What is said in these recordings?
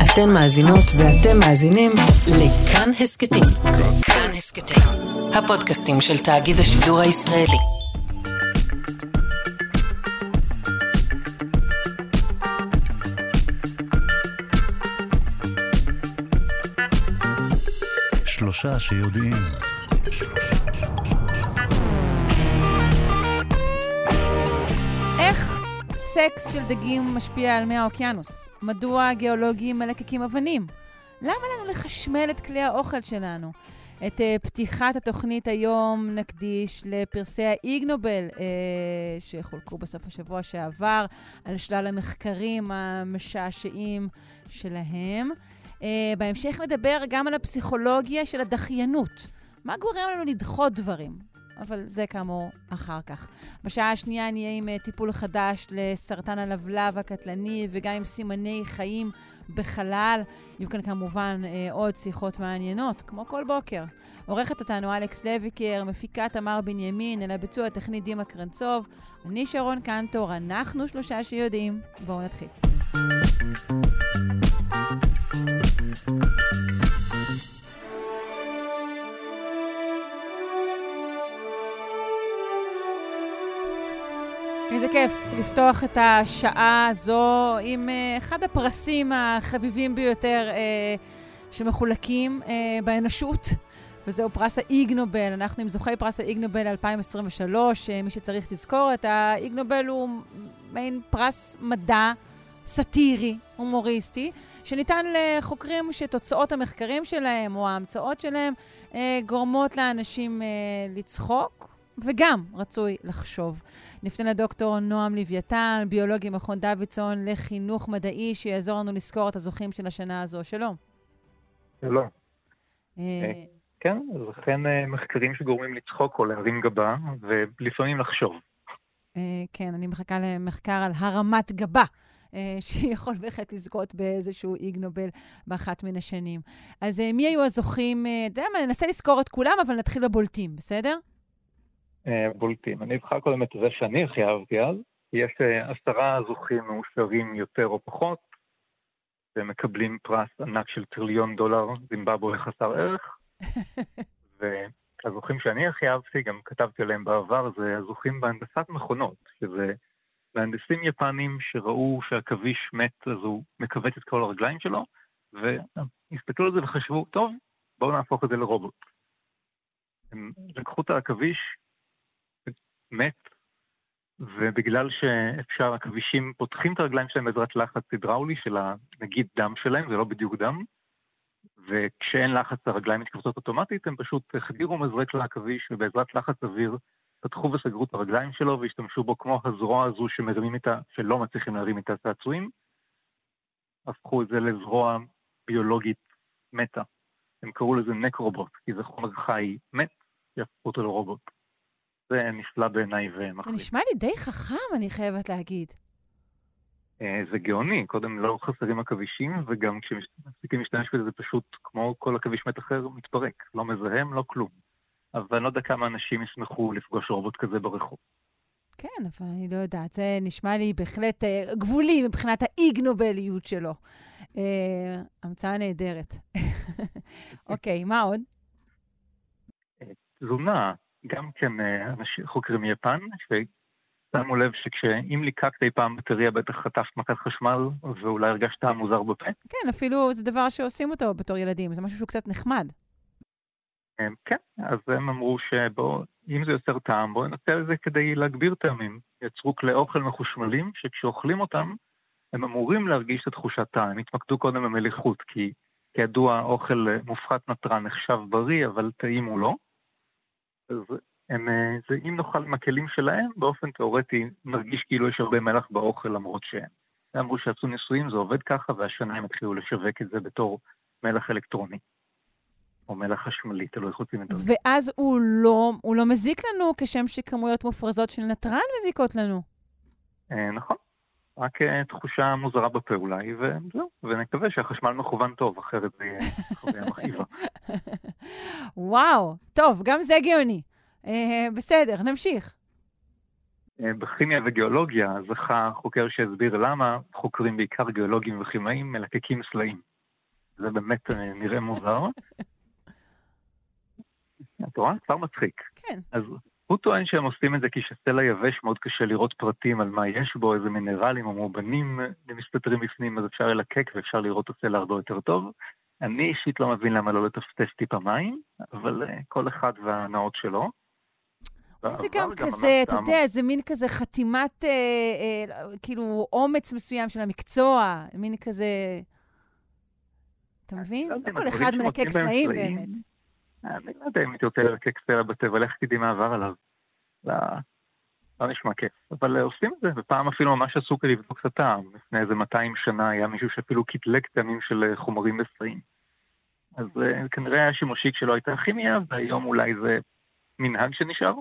אתן מאזינות ואתם מאזינים לכאן הסקטים. כאן הסקטים, הפודקאסטים של תאגיד השידור הישראלי. שלושה שיודעים. איך סקס של דגים משפיע על מי האוקיינוס? מדוע גיאולוגים מלקקים אבנים? למה לנו לחשמל את כלי האוכל שלנו? את פתיחת התוכנית היום נקדיש לפרסי האיג נובל שחולקו בסוף השבוע שעבר על שלל המחקרים המשעשעים שלהם. בהמשך נדבר גם על הפסיכולוגיה של הדחיינות. מה גורם לנו לדחות דברים? אבל זה כאמור אחר כך. בשעה השנייה נהיה עם טיפול חדש לסרטן הלבלב הקטלני וגם עם סימני חיים בחלל. יהיו כאן כמובן עוד שיחות מעניינות, כמו כל בוקר. עורכת אותנו אלכס לויקר, מפיקה תמר בנימין, אל הביצוע הטכני דימה קרנצוב. אני שרון קנטור, אנחנו שלושה שיודעים. בואו נתחיל. איזה כיף לפתוח את השעה הזו עם אחד הפרסים החביבים ביותר שמחולקים באנושות, וזהו פרס האיג נובל. אנחנו עם זוכי פרס האיג נובל 2023. מי שצריך תזכורת, האיג נובל הוא מעין פרס מדע סאטירי, הומוריסטי, שניתן לחוקרים שתוצאות המחקרים שלהם או ההמצאות שלהם גורמות לאנשים לצחוק, וגם רצוי לחשוב. נפנה לדוקטור נועם לוויתן, ביולוגי מכון דוידסון לחינוך מדעי, שיעזור לנו לזכור את הזוכים של השנה הזו. שלום. שלום. כן, אז לכן מחקרים שגורמים לצחוק או להרים גבה, ולפעמים לחשוב. כן, אני מחכה למחקר על הרמת גבה, שיכול בהחלט לזכות באיזשהו איג נובל באחת מן השנים. אז מי היו הזוכים? ננסה לזכור את כולם, אבל נתחיל בבולטים, בסדר? בולטים. אני אבחר קודם את זה שאני הכי אהבתי אז. יש 10 זוכים מאושרים יותר או פחות, ומקבלים פרס ענק של $1 טריליון, זימבבואה חסר ערך. והזוכים שאני הכי אהבתי, גם כתבתי עליהם בעבר, זה הזוכים בהנדסת מכונות, שזה מהנדסים יפנים שראו שהכביש מת, אז הוא מכווץ את כל הרגליים שלו, והסתכלו על זה וחשבו, טוב, בואו נהפוך את זה לרובוט. הם לקחו את הכביש, מת, ובגלל שאפשר, הכבישים פותחים את הרגליים שלהם בעזרת לחץ הידראולי של הנגיד דם שלהם, זה לא בדיוק דם, וכשאין לחץ הרגליים מתכווצות אוטומטית, הם פשוט החדירו מזרק לעכביש, ובעזרת לחץ אוויר פתחו וסגרו את הרגליים שלו, והשתמשו בו כמו הזרוע הזו שלא מצליחים להרים איתה צעצועים, הפכו את זה לזרוע ביולוגית מתה. הם קראו לזה נקרובוט, כי זה חומר חי מת, יהפכו אותו לרובוט. זה נפלא בעיניי ומחליט. זה נשמע לי די חכם, אני חייבת להגיד. זה גאוני, קודם לא חסרים הכבישים, וגם כשמפסיקים להשתמש בזה, זה פשוט כמו כל הכביש מת אחר מתפרק. לא מזהם, לא כלום. אבל אני לא יודע כמה אנשים ישמחו לפגוש רובוט כזה ברחוב. כן, אבל אני לא יודעת. זה נשמע לי בהחלט גבולי מבחינת האיג נובליות שלו. המצאה נהדרת. אוקיי, מה עוד? תזונה. גם כן חוקרים מיפן, ששמו לב שאם ליקקת אי פעם בטריה, בטח חטפת מכת חשמל, ואולי הרגשת מוזר בפה. כן, אפילו זה דבר שעושים אותו בתור ילדים, זה משהו שהוא קצת נחמד. כן, אז הם אמרו שאם זה יוצר טעם, בואו ננצל את זה כדי להגביר טעמים. יצרו כלי אוכל מחושמלים, שכשאוכלים אותם, הם אמורים להרגיש את תחושת טעם. הם התמקדו קודם במליחות, כי כידוע, אוכל מופחת נטרן נחשב בריא, אבל טעים הוא לא. אז אם נאכל עם הכלים שלהם, באופן תיאורטי נרגיש כאילו יש הרבה מלח באוכל, למרות שהם אמרו שעשו ניסויים, זה עובד ככה, והשנה הם התחילו לשווק את זה בתור מלח אלקטרוני, או מלח חשמלי, תלוי חוצים את זה. ואז הוא לא מזיק לנו, כשם שכמויות מופרזות של נטרן מזיקות לנו. נכון, רק תחושה מוזרה בפה אולי, וזהו, ונקווה שהחשמל מכוון טוב, אחרת זה יהיה חוויה מכאיבה. וואו, טוב, גם זה גאוני. בסדר, נמשיך. בכימיה וגיאולוגיה זכה חוקר שהסביר למה חוקרים בעיקר גיאולוגים וכימאים מלקקים סלעים. זה באמת נראה מוזר. את רואה? כבר מצחיק. כן. אז הוא טוען שהם עושים את זה כי שסלע יבש מאוד קשה לראות פרטים על מה יש בו, איזה מינרלים או מאובנים מסתתרים בפנים, אז אפשר ללקק ואפשר לראות את הסלע הרבה יותר טוב. אני אישית לא מבין למה לא לטפטף טיפה מים, אבל כל אחד והנאות שלו. זה גם כזה, אתה יודע, זה מין כזה חתימת, כאילו, אומץ מסוים של המקצוע, מין כזה, אתה מבין? לא כל אחד מלקק סלעים באמת. אני לא יודע אם הייתי רוצה ללקק סלע בטבע, לך תדעי מה עבר עליו. לא נשמע כיף. אבל עושים את זה, ופעם אפילו ממש עשו כדי לבדוק את הטעם. לפני איזה 200 שנה היה מישהו שאפילו קטלג טעמים של חומרים בסלעים. אז כנראה היה שימושי כשלא הייתה כימיה, והיום אולי זה מנהג שנשאר.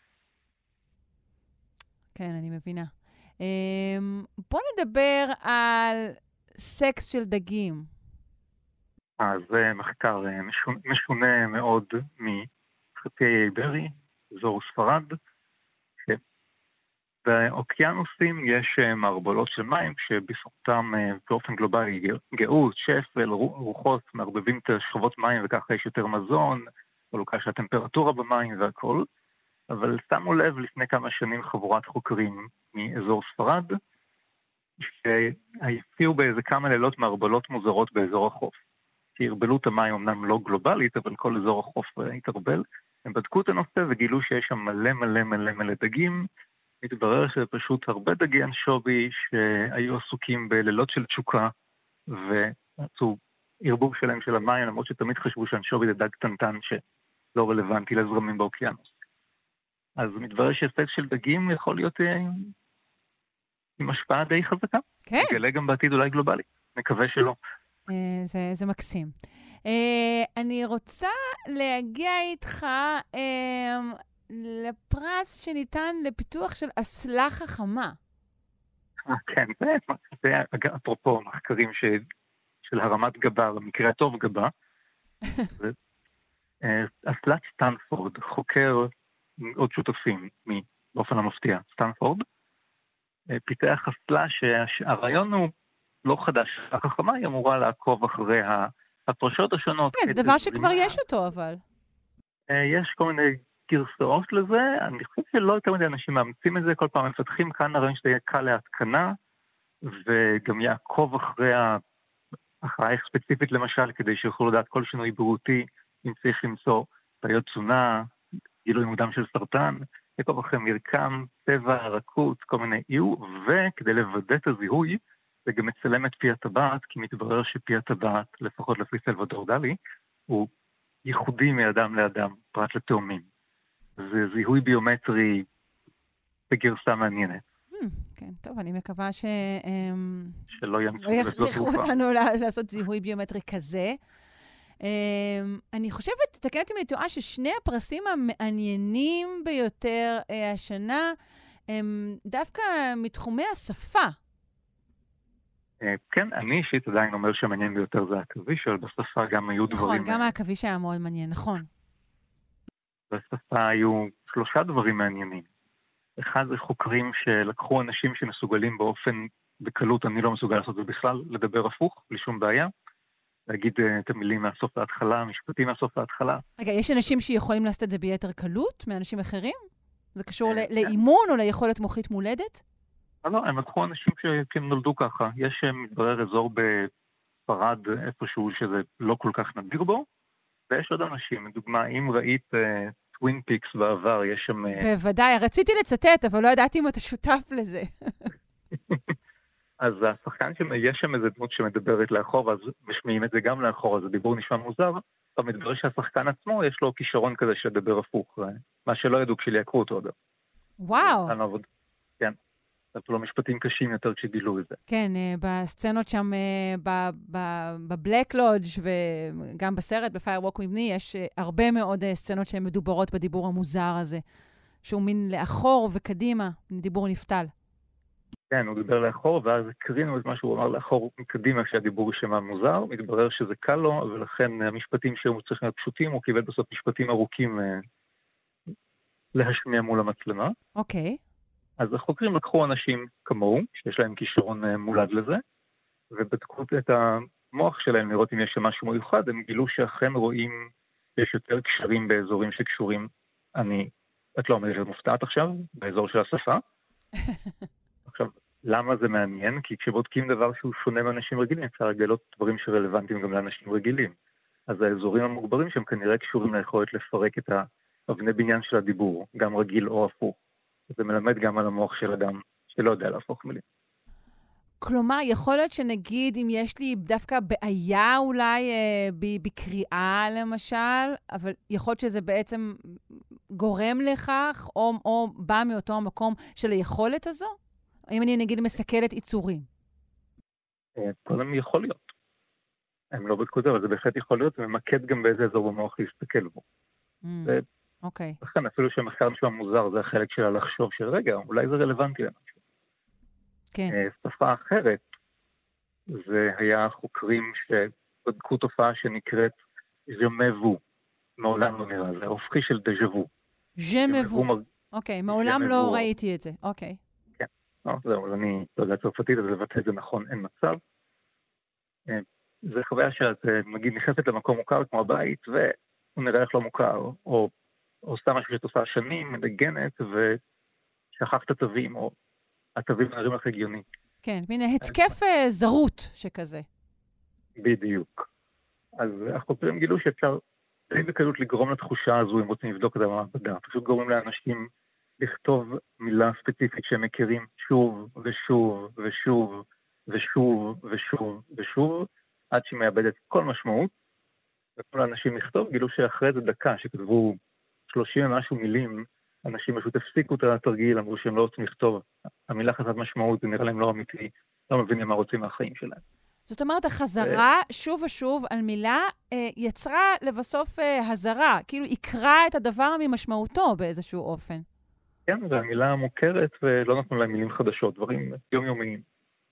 כן, אני מבינה. בוא נדבר על סקס של דגים. זה מחקר משונה מאוד מחצי האי איברי, אזור ספרד. באוקיינוסים יש מערבולות של מים, שבזכותם באופן גלובלי גאות, שפל, רוחות, מערבבים את שכבות מים וככה יש יותר מזון, חלוקה של הטמפרטורה במים והכל. אבל שמו לב לפני כמה שנים חבורת חוקרים מאזור ספרד, שהציעו באיזה כמה לילות מערבולות מוזרות באזור החוף. שהרבלו את המים אמנם לא גלובלית, אבל כל אזור החוף התרבל. הם בדקו את הנושא וגילו שיש שם מלא מלא מלא מלא דגים. מתברר שזה פשוט הרבה דגי אנשובי שהיו עסוקים בלילות של תשוקה, ועשו ערבוב שלהם של המים, למרות שתמיד חשבו שאנשובי זה דג קטנטן שלא רלוונטי לזרמים באוקיינוס. אז מתברר שסקס של דגים יכול להיות עם השפעה די חזקה. כן. נגלה גם בעתיד אולי גלובלי. מקווה שלא. זה מקסים. אני רוצה להגיע איתך לפרס שניתן לפיתוח של אסלה חכמה. כן, זה אפרופו מחקרים של הרמת גבה, במקרה הטוב גבה. אסלת סטנפורד, חוקר עוד שותפים באופן המפתיע, סטנפורד, פיתח אסלה שהרעיון הוא לא חדש. החכמה היא אמורה לעקוב אחרי הפרשות השונות. כן, זה דבר שכבר יש אותו, אבל. יש כל מיני גרסאות לזה, אני חושב שלא יותר מדי אנשים מאמצים את זה, כל פעם מפתחים כאן הרעיון שזה יהיה קל להתקנה, וגם יעקוב אחרי ספציפית למשל, כדי שיוכלו לדעת כל שינוי בריאותי, אם צריך למצוא בעיות תזונה, גילוי מוקדם של סרטן, יעקוב אחרי מרקם, צבע, רכות, כל מיני איו, וכדי לוודא את הזיהוי, זה גם מצלם את פי הטבעת, כי מתברר שפי הטבעת, לפחות לפי סלבדור דלי, הוא ייחודי מאדם לאדם, פרט לתאומים. זה זיהוי ביומטרי בגרסה מעניינת. כן, טוב, אני מקווה שלא יכריחו אותנו לעשות זיהוי ביומטרי כזה. אני חושבת, תקן אותי אם אני טועה, ששני הפרסים המעניינים ביותר השנה הם דווקא מתחומי השפה. כן, אני אישית עדיין אומר שהמעניין ביותר זה העכביש, אבל בשפה גם היו דברים... נכון, גם העכביש היה מאוד מעניין, נכון. בשפה היו 3 דברים מעניינים. אחד זה חוקרים שלקחו אנשים שמסוגלים באופן בקלות, אני לא מסוגל לעשות את זה בכלל, לדבר הפוך, בלי שום בעיה. להגיד את המילים מהסוף להתחלה, משפטים מהסוף להתחלה. רגע, יש אנשים שיכולים לעשות את זה ביתר קלות מאנשים אחרים? זה קשור לאימון או ליכולת מוחית מולדת? לא, הם לקחו אנשים שנולדו ככה. יש מתברר אזור בספרד איפשהו שזה לא כל כך נדיר בו, ויש עוד אנשים. לדוגמה, אם ראית טווין פיקס בעבר, יש שם... בוודאי, רציתי לצטט, אבל לא ידעתי אם אתה שותף לזה. אז השחקן יש שם איזה דמות שמדברת לאחור, ואז משמיעים את זה גם לאחור, אז הדיבור נשמע מוזר, אבל מתברר שהשחקן עצמו יש לו כישרון כזה של לדבר הפוך, מה שלא ידעו כשליעקרו אותו אגב. וואו. כן, זה לא משפטים קשים יותר כשגילו את זה. כן, בסצנות שם, בבלק לודג' וגם בסרט, בפיירווק מבני, יש הרבה מאוד סצנות שהן מדוברות בדיבור המוזר הזה, שהוא מין לאחור וקדימה, דיבור נפתל. כן, הוא דיבר לאחור, ואז קרינו את מה שהוא אמר לאחור מקדימה כשהדיבור שמע מוזר, מתברר שזה קל לו, ולכן המשפטים שהוא צריך להיות פשוטים, הוא קיבל בסוף משפטים ארוכים להשמיע מול המצלמה. אוקיי. אז החוקרים לקחו אנשים כמוהו, שיש להם כישרון מולד לזה, ובדקו את המוח שלהם לראות אם יש שם משהו מיוחד, הם גילו שאכן רואים שיש יותר קשרים באזורים שקשורים, את לא אומרת מופתעת עכשיו, באזור של השפה. עכשיו, למה זה מעניין? כי כשבודקים דבר שהוא שונה מאנשים רגילים, אפשר לגלות דברים שרלוונטיים גם לאנשים רגילים. אז האזורים המוגברים שהם כנראה קשורים ליכולת לפרק את האבני בניין של הדיבור, גם רגיל או הפוך. זה מלמד גם על המוח של אדם שלא יודע להפוך מילים. כלומר, יכול להיות שנגיד אם יש לי דווקא בעיה אולי בקריאה למשל, אבל יכול להיות שזה בעצם גורם לכך, או בא מאותו המקום של היכולת הזו? אם אני נגיד מסכלת יצורים? קודם יכול להיות. הם לא בדקו את זה, אבל זה בהחלט יכול להיות, וממקד גם באיזה אזור במוח להסתכל בו. אוקיי. לכן, אפילו שהמחקר נשמע מוזר, זה החלק שלה לחשוב של רגע, אולי זה רלוונטי למשהו. כן. שפה אחרת, זה היה חוקרים שבדקו תופעה שנקראת ז'מבו. מעולם לא נראה, זה הופכי של דז'בו. ז'מבו. אוקיי, מעולם לא ראיתי את זה. אוקיי. כן. זהו, אני לא יודע צרפתית, אז לבטא את זה נכון, אין מצב. זה חוויה שאת, נגיד, נכנסת למקום מוכר כמו הבית, והוא נראה איך לא מוכר, או עושה משהו שאת עושה שנים, מדגנת, ושכחת תווים, או התווים נראים לך הגיוני. כן, מין התקף זרות שכזה. בדיוק. אז החוקרים גילו שאפשר די בקלות לגרום לתחושה הזו, אם רוצים לבדוק את המעבדה. פשוט גורמים לאנשים לכתוב מילה ספציפית שהם מכירים שוב ושוב ושוב ושוב ושוב ושוב, עד שהיא מאבדת כל משמעות, וכל האנשים לכתוב, גילו שאחרי זה דקה שכתבו 30 ומשהו מילים, אנשים פשוט הפסיקו את התרגיל, אמרו שהם לא רוצים לכתוב, המילה חסרת משמעות, זה נראה להם לא אמיתי, לא מבינים מה רוצים מהחיים שלהם. זאת אומרת, החזרה שוב ושוב על מילה יצרה לבסוף הזרה, כאילו יקרא את הדבר ממשמעותו באיזשהו אופן. כן, והמילה מוכרת ולא נתנו להם מילים חדשות, דברים יומיומיים.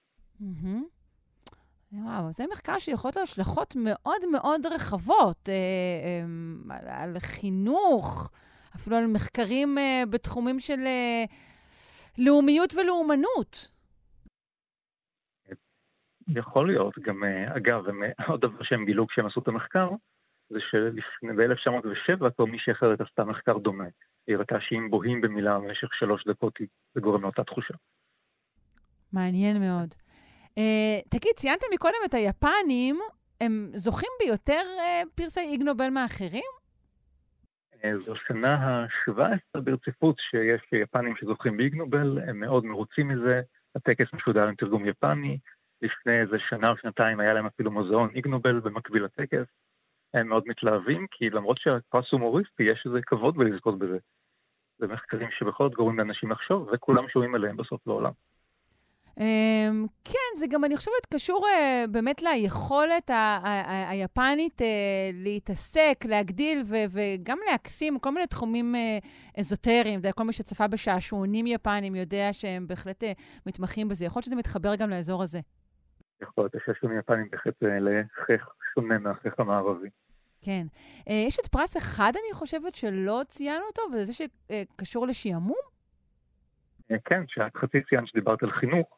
וואו, זה מחקר שיכול להיות השלכות מאוד מאוד רחבות על חינוך, אפילו על מחקרים בתחומים של לאומיות ולאומנות. יכול להיות, גם אגב, עוד דבר שהם גילו כשהם עשו את המחקר, זה שב-1907 כבר מישהי אחרת עשתה מחקר דומה. היא ראתה שאם בוהים במילה במשך 3 דקות, זה גורם לאותה תחושה. מעניין מאוד. תגיד, ציינתם מקודם את היפנים, הם זוכים ביותר פרסי איג נובל מאחרים? זו שנה ה-17 ברציפות שיש יפנים שזוכים באיג נובל, הם מאוד מרוצים מזה, הטקס משודר עם תרגום יפני, לפני איזה שנה או שנתיים היה להם אפילו מוזיאון איג נובל במקביל לטקס, הם מאוד מתלהבים, כי למרות שהפרס הומוריסטי יש איזה כבוד בלזכות בזה. זה מחקרים שבכל זאת גורמים לאנשים לחשוב, וכולם שומעים עליהם בסוף לעולם. כן, זה גם, אני חושבת, קשור באמת ליכולת היפנית להתעסק, להגדיל וגם להקסים כל מיני תחומים אזוטריים. כל מי שצפה בשעשועונים יפנים יודע שהם בהחלט מתמחים בזה. יכול להיות שזה מתחבר גם לאזור הזה. יכול להיות, השעשועונים יפנים בהחלט לחך שונה מהחך המערבי. כן. יש את פרס אחד, אני חושבת, שלא ציינו אותו, וזה זה שקשור לשעמום? כן, שאת חצי ציין שדיברת על חינוך.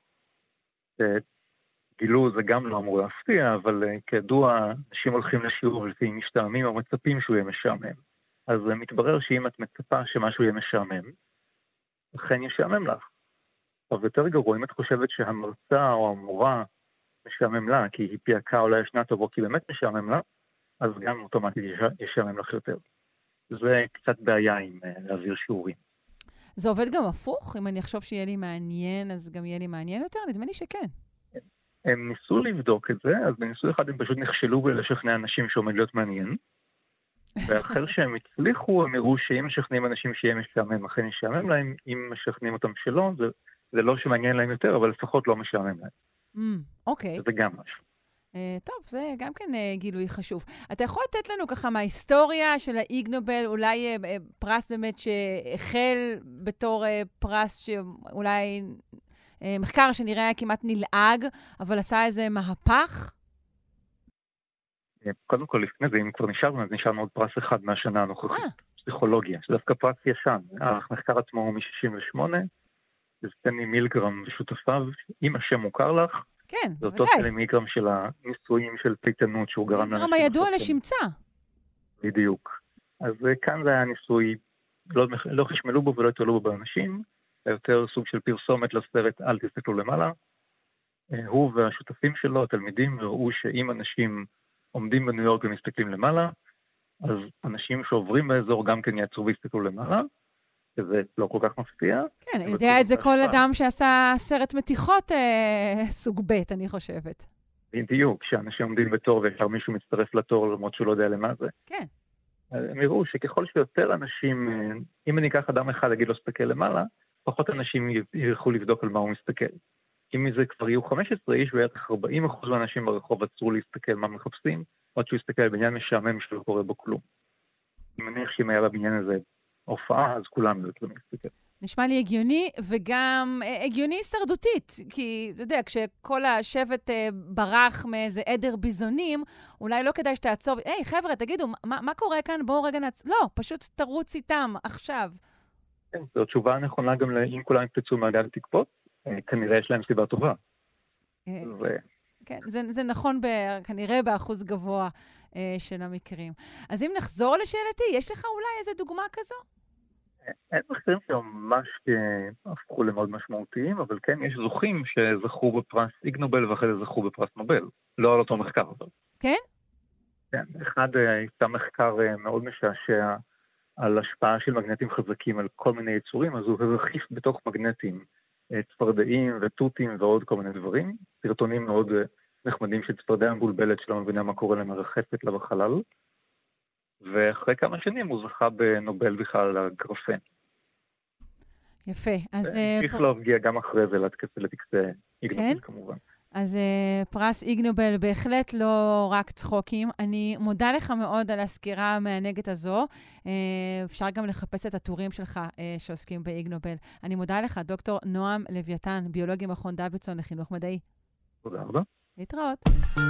גילו זה גם לא אמור להפתיע, אבל כידוע, אנשים הולכים לשיעור ולפעמים משתעממים או מצפים שהוא יהיה משעמם. אז מתברר שאם את מצפה שמשהו יהיה משעמם, לכן ישעמם לך. אבל יותר גרוע, אם את חושבת שהמרצה או המורה משעמם לה, כי היא פייקה או לא ישנה טוב, או כי באמת משעמם לה, אז גם אוטומטית ישעמם לך יותר. זה קצת בעיה עם להעביר שיעורים. זה עובד גם הפוך? אם אני אחשוב שיהיה לי מעניין, אז גם יהיה לי מעניין יותר? נדמה לי שכן. הם ניסו לבדוק את זה, אז בניסוי אחד הם פשוט נכשלו בלשכנע אנשים שעומד להיות מעניין, ואחר שהם הצליחו, הם הראו שאם משכנעים אנשים שיהיה משעמם, אכן ישעמם להם, אם משכנעים אותם שלא, זה לא שמעניין להם יותר, אבל לפחות לא משעמם להם. אוקיי. זה גם משהו. טוב, זה גם כן גילוי חשוב. אתה יכול לתת לנו ככה מההיסטוריה של האיג נובל, אולי פרס באמת שהחל בתור פרס שאולי מחקר שנראה כמעט נלעג, אבל עשה איזה מהפך? קודם כל, לפני זה, אם כבר נשארנו, אז נשארנו עוד פרס אחד מהשנה הנוכחית, פסיכולוגיה, שזה דווקא פרס ישן. המחקר עצמו הוא מ-68, זה סטנלי מילגרם ושותפיו, אם השם מוכר לך, כן, זה אותו מיליגרם של הניסויים של צייתנות שהוא גרם לאנשים. מיליגרם הידוע לשמצה. בדיוק. אז כאן זה היה ניסוי, לא חשמלו בו ולא התעלו בו באנשים, זה יותר סוג של פרסומת לסרט אל תסתכלו למעלה. הוא והשותפים שלו, התלמידים, ראו שאם אנשים עומדים בניו יורק ומסתכלים למעלה, אז אנשים שעוברים באזור גם כן יעצרו והסתכלו למעלה, שזה לא כל כך מפתיע. כן, יודע את זה כל אדם שעשה סרט מתיחות סוג ב', אני חושבת. בדיוק, כשאנשים עומדים בתור וישר מישהו מצטרף לתור למרות שהוא לא יודע למה זה. כן. הם יראו שככל שיותר אנשים, אם אני אקח אדם אחד להגיד לו סתכל למעלה, פחות אנשים ילכו לבדוק על מה הוא מסתכל. אם זה כבר יהיו 15 איש, בערך 40% מהאנשים ברחוב עצרו להסתכל מה מחפשים, עוד שהוא יסתכל על בניין משעמם שלא קורה בו כלום. אני מניח שאם היה בבניין הזה הופעה, אז כולם יוצאים להסתכל. נשמע לי הגיוני, וגם הגיוני הישרדותית, כי אתה יודע, כשכל השבט ברח מאיזה עדר ביזונים, אולי לא כדאי שתעצור, היי חבר'ה, תגידו, מה קורה כאן? בואו רגע לא, פשוט תרוץ איתם עכשיו. כן, זו תשובה נכונה גם אם כולם יפצעו מעגל תקפות, כנראה יש להם סיבה טובה. כן, זה נכון כנראה באחוז גבוה של המקרים. אז אם נחזור לשאלתי, יש לך אולי איזו דוגמה כזו? אין מחקרים שממש הפכו למאוד משמעותיים, אבל כן יש זוכים שזכו בפרס איג נובל ואחרי זה זכו בפרס נובל. לא על אותו מחקר. אבל. כן? כן, אחד הייתה מחקר מאוד משעשע על השפעה של מגנטים חזקים על כל מיני יצורים, אז הוא הרחיף בתוך מגנטים צפרדעים וטוטים ועוד כל מיני דברים. סרטונים מאוד נחמדים של צפרדע מבולבלת שלא מבינה מה קורה למרחפת לה בחלל. ואחרי כמה שנים הוא זכה בנובל בכלל על הגרפן. יפה. אז המשיך להגיע גם אחרי זה לטקסי איג נובל כמובן. אז פרס איג נובל בהחלט לא רק צחוקים. אני מודה לך מאוד על הסקירה המענגת הזו. אפשר גם לחפש את הטורים שלך שעוסקים באיג נובל. אני מודה לך, דוקטור נועם לויתן, ביולוגי מכון דוידסון לחינוך מדעי. תודה רבה. להתראות.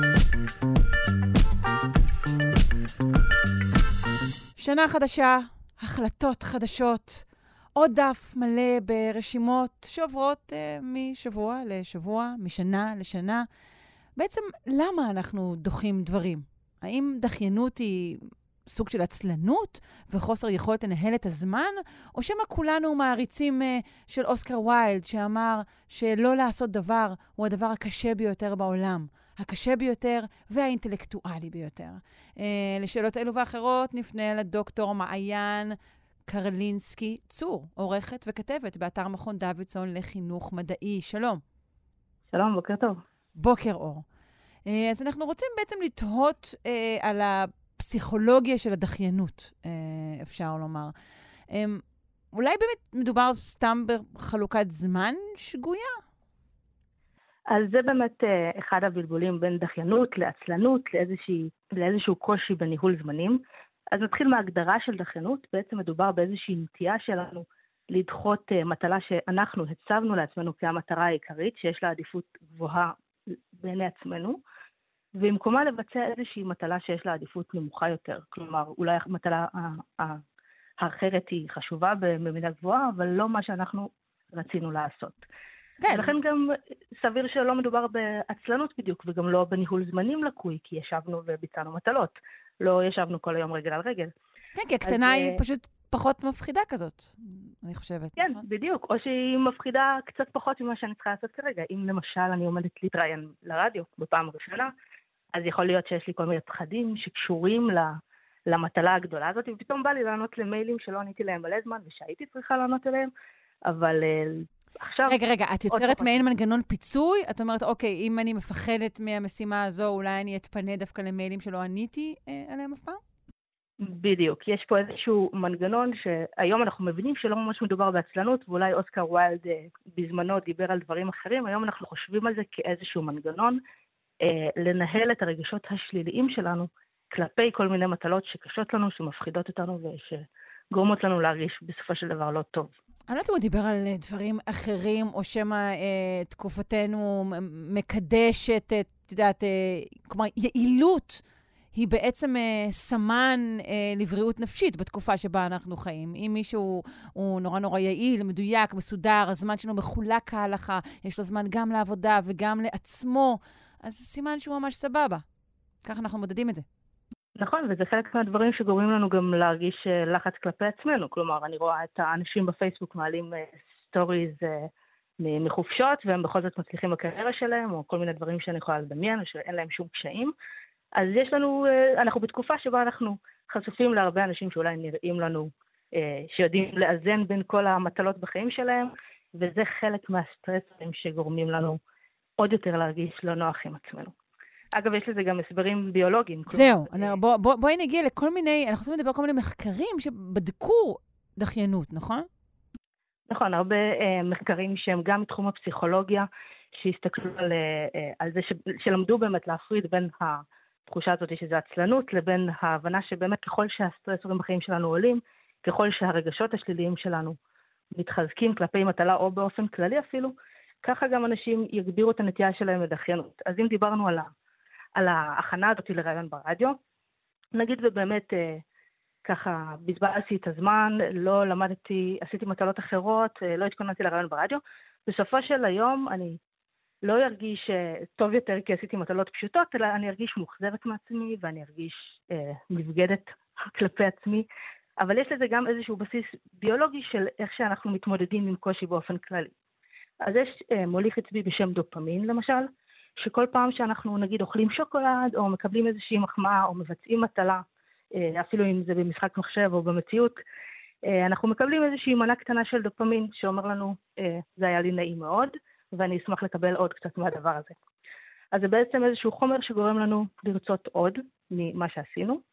שנה חדשה, החלטות חדשות, עוד דף מלא ברשימות שעוברות משבוע לשבוע, משנה לשנה. בעצם למה אנחנו דוחים דברים? האם דחיינות היא סוג של עצלנות וחוסר יכולת לנהל את הזמן? או שמה כולנו מעריצים של אוסקר ויילד שאמר שלא לעשות דבר הוא הדבר הקשה ביותר בעולם? הקשה ביותר והאינטלקטואלי ביותר. לשאלות אלו ואחרות נפנה לדוקטור מעיין קרלינסקי צור, עורכת וכתבת באתר מכון דוידסון לחינוך מדעי. שלום. שלום, בוקר טוב. בוקר אור. אז אנחנו רוצים בעצם לתהות על הפסיכולוגיה של הדחיינות, אפשר לומר. אולי באמת מדובר סתם בחלוקת זמן שגויה? אז זה באמת אחד הבלבולים בין דחיינות לעצלנות, לאיזשהו קושי בניהול זמנים. אז נתחיל מההגדרה של דחיינות. בעצם מדובר באיזושהי נטייה שלנו לדחות מטלה שאנחנו הצבנו לעצמנו כהמטרה העיקרית, שיש לה עדיפות גבוהה בעיני עצמנו, ובמקומה לבצע איזושהי מטלה שיש לה עדיפות נמוכה יותר. כלומר, אולי המטלה האחרת היא חשובה במידה גבוהה, אבל לא מה שאנחנו רצינו לעשות. כן. ולכן גם סביר שלא מדובר בעצלנות בדיוק, וגם לא בניהול זמנים לקוי, כי ישבנו וביצענו מטלות. לא ישבנו כל היום רגל על רגל. כן, כי הקטנה היא פשוט פחות מפחידה כזאת, אני חושבת. כן, בדיוק. או שהיא מפחידה קצת פחות ממה שאני צריכה לעשות כרגע. אם למשל אני עומדת להתראיין לרדיו בפעם הראשונה, אז יכול להיות שיש לי כל מיני פחדים שקשורים למטלה הגדולה הזאת, ופתאום בא לי לענות למיילים שלא עניתי להם מלא זמן, ושהייתי צריכה לענות אליהם, אבל עכשיו... רגע, את יוצרת מעין מנגנון פיצוי? את אומרת, אוקיי, אם אני מפחדת מהמשימה הזו, אולי אני אתפנה דווקא למיילים שלא עניתי עליהם אף פעם? בדיוק. יש פה איזשהו מנגנון שהיום אנחנו מבינים שלא ממש מדובר בעצלנות, ואולי אוסקר ויילד בזמנו דיבר על דברים אחרים, היום אנחנו חושבים על זה כאיזשהו מנגנון, לנהל את הרגשות השליליים שלנו כלפי כל מיני מטלות שקשות לנו, שמפחידות אותנו ושגורמות לנו להרגיש בסופו של דבר לא טוב. אני לא יודעת אם הוא דיבר על דברים אחרים, או שמה תקופתנו מקדשת, את יודעת, כלומר, יעילות היא בעצם סמן לבריאות נפשית בתקופה שבה אנחנו חיים. אם מישהו הוא נורא נורא יעיל, מדויק, מסודר, הזמן שלו מחולק כהלכה, יש לו זמן גם לעבודה וגם לעצמו, אז סימן שהוא ממש סבבה. ככה אנחנו מודדים את זה. נכון, וזה חלק מהדברים שגורמים לנו גם להרגיש לחץ כלפי עצמנו. כלומר, אני רואה את האנשים בפייסבוק מעלים סטוריז מחופשות, והם בכל זאת מצליחים בקריירה שלהם, או כל מיני דברים שאני יכולה לדמיין, או שאין להם שום קשיים. אז יש לנו, אנחנו בתקופה שבה אנחנו חשופים להרבה אנשים שאולי נראים לנו, שיודעים לאזן בין כל המטלות בחיים שלהם, וזה חלק מהסטרסים שגורמים לנו עוד יותר להרגיש לא נוח עם עצמנו. אגב, יש לזה גם הסברים ביולוגיים. זהו, בואי נגיע לכל מיני, אנחנו רוצים לדבר על כל מיני מחקרים שבדקו דחיינות, נכון? נכון, הרבה מחקרים שהם גם מתחום הפסיכולוגיה, שהסתכלו על זה שלמדו באמת להפריד בין התחושה הזאת שזה עצלנות, לבין ההבנה שבאמת ככל שהסטרסורים בחיים שלנו עולים, ככל שהרגשות השליליים שלנו מתחזקים כלפי מטלה או באופן כללי אפילו, ככה גם אנשים יגבירו את הנטייה שלהם לדחיינות. אז אם דיברנו על ההכנה הזאת לרעיון ברדיו, נגיד ובאמת ככה בזבזתי את הזמן, לא למדתי, עשיתי מטלות אחרות, לא התכוננתי לרעיון ברדיו, בסופו של היום אני לא ארגיש טוב יותר כי עשיתי מטלות פשוטות, אלא אני ארגיש מוחזרת מעצמי ואני ארגיש נבגדת כלפי עצמי, אבל יש לזה גם איזשהו בסיס ביולוגי של איך שאנחנו מתמודדים עם קושי באופן כללי. אז יש מוליך עצבי בשם דופמין למשל, שכל פעם שאנחנו נגיד אוכלים שוקולד או מקבלים איזושהי מחמאה או מבצעים מטלה, אפילו אם זה במשחק מחשב או במציאות, אנחנו מקבלים איזושהי מנה קטנה של דופמין שאומר לנו, זה היה לי נעים מאוד, ואני אשמח לקבל עוד קצת מהדבר הזה. אז זה בעצם איזשהו חומר שגורם לנו לרצות עוד ממה שעשינו,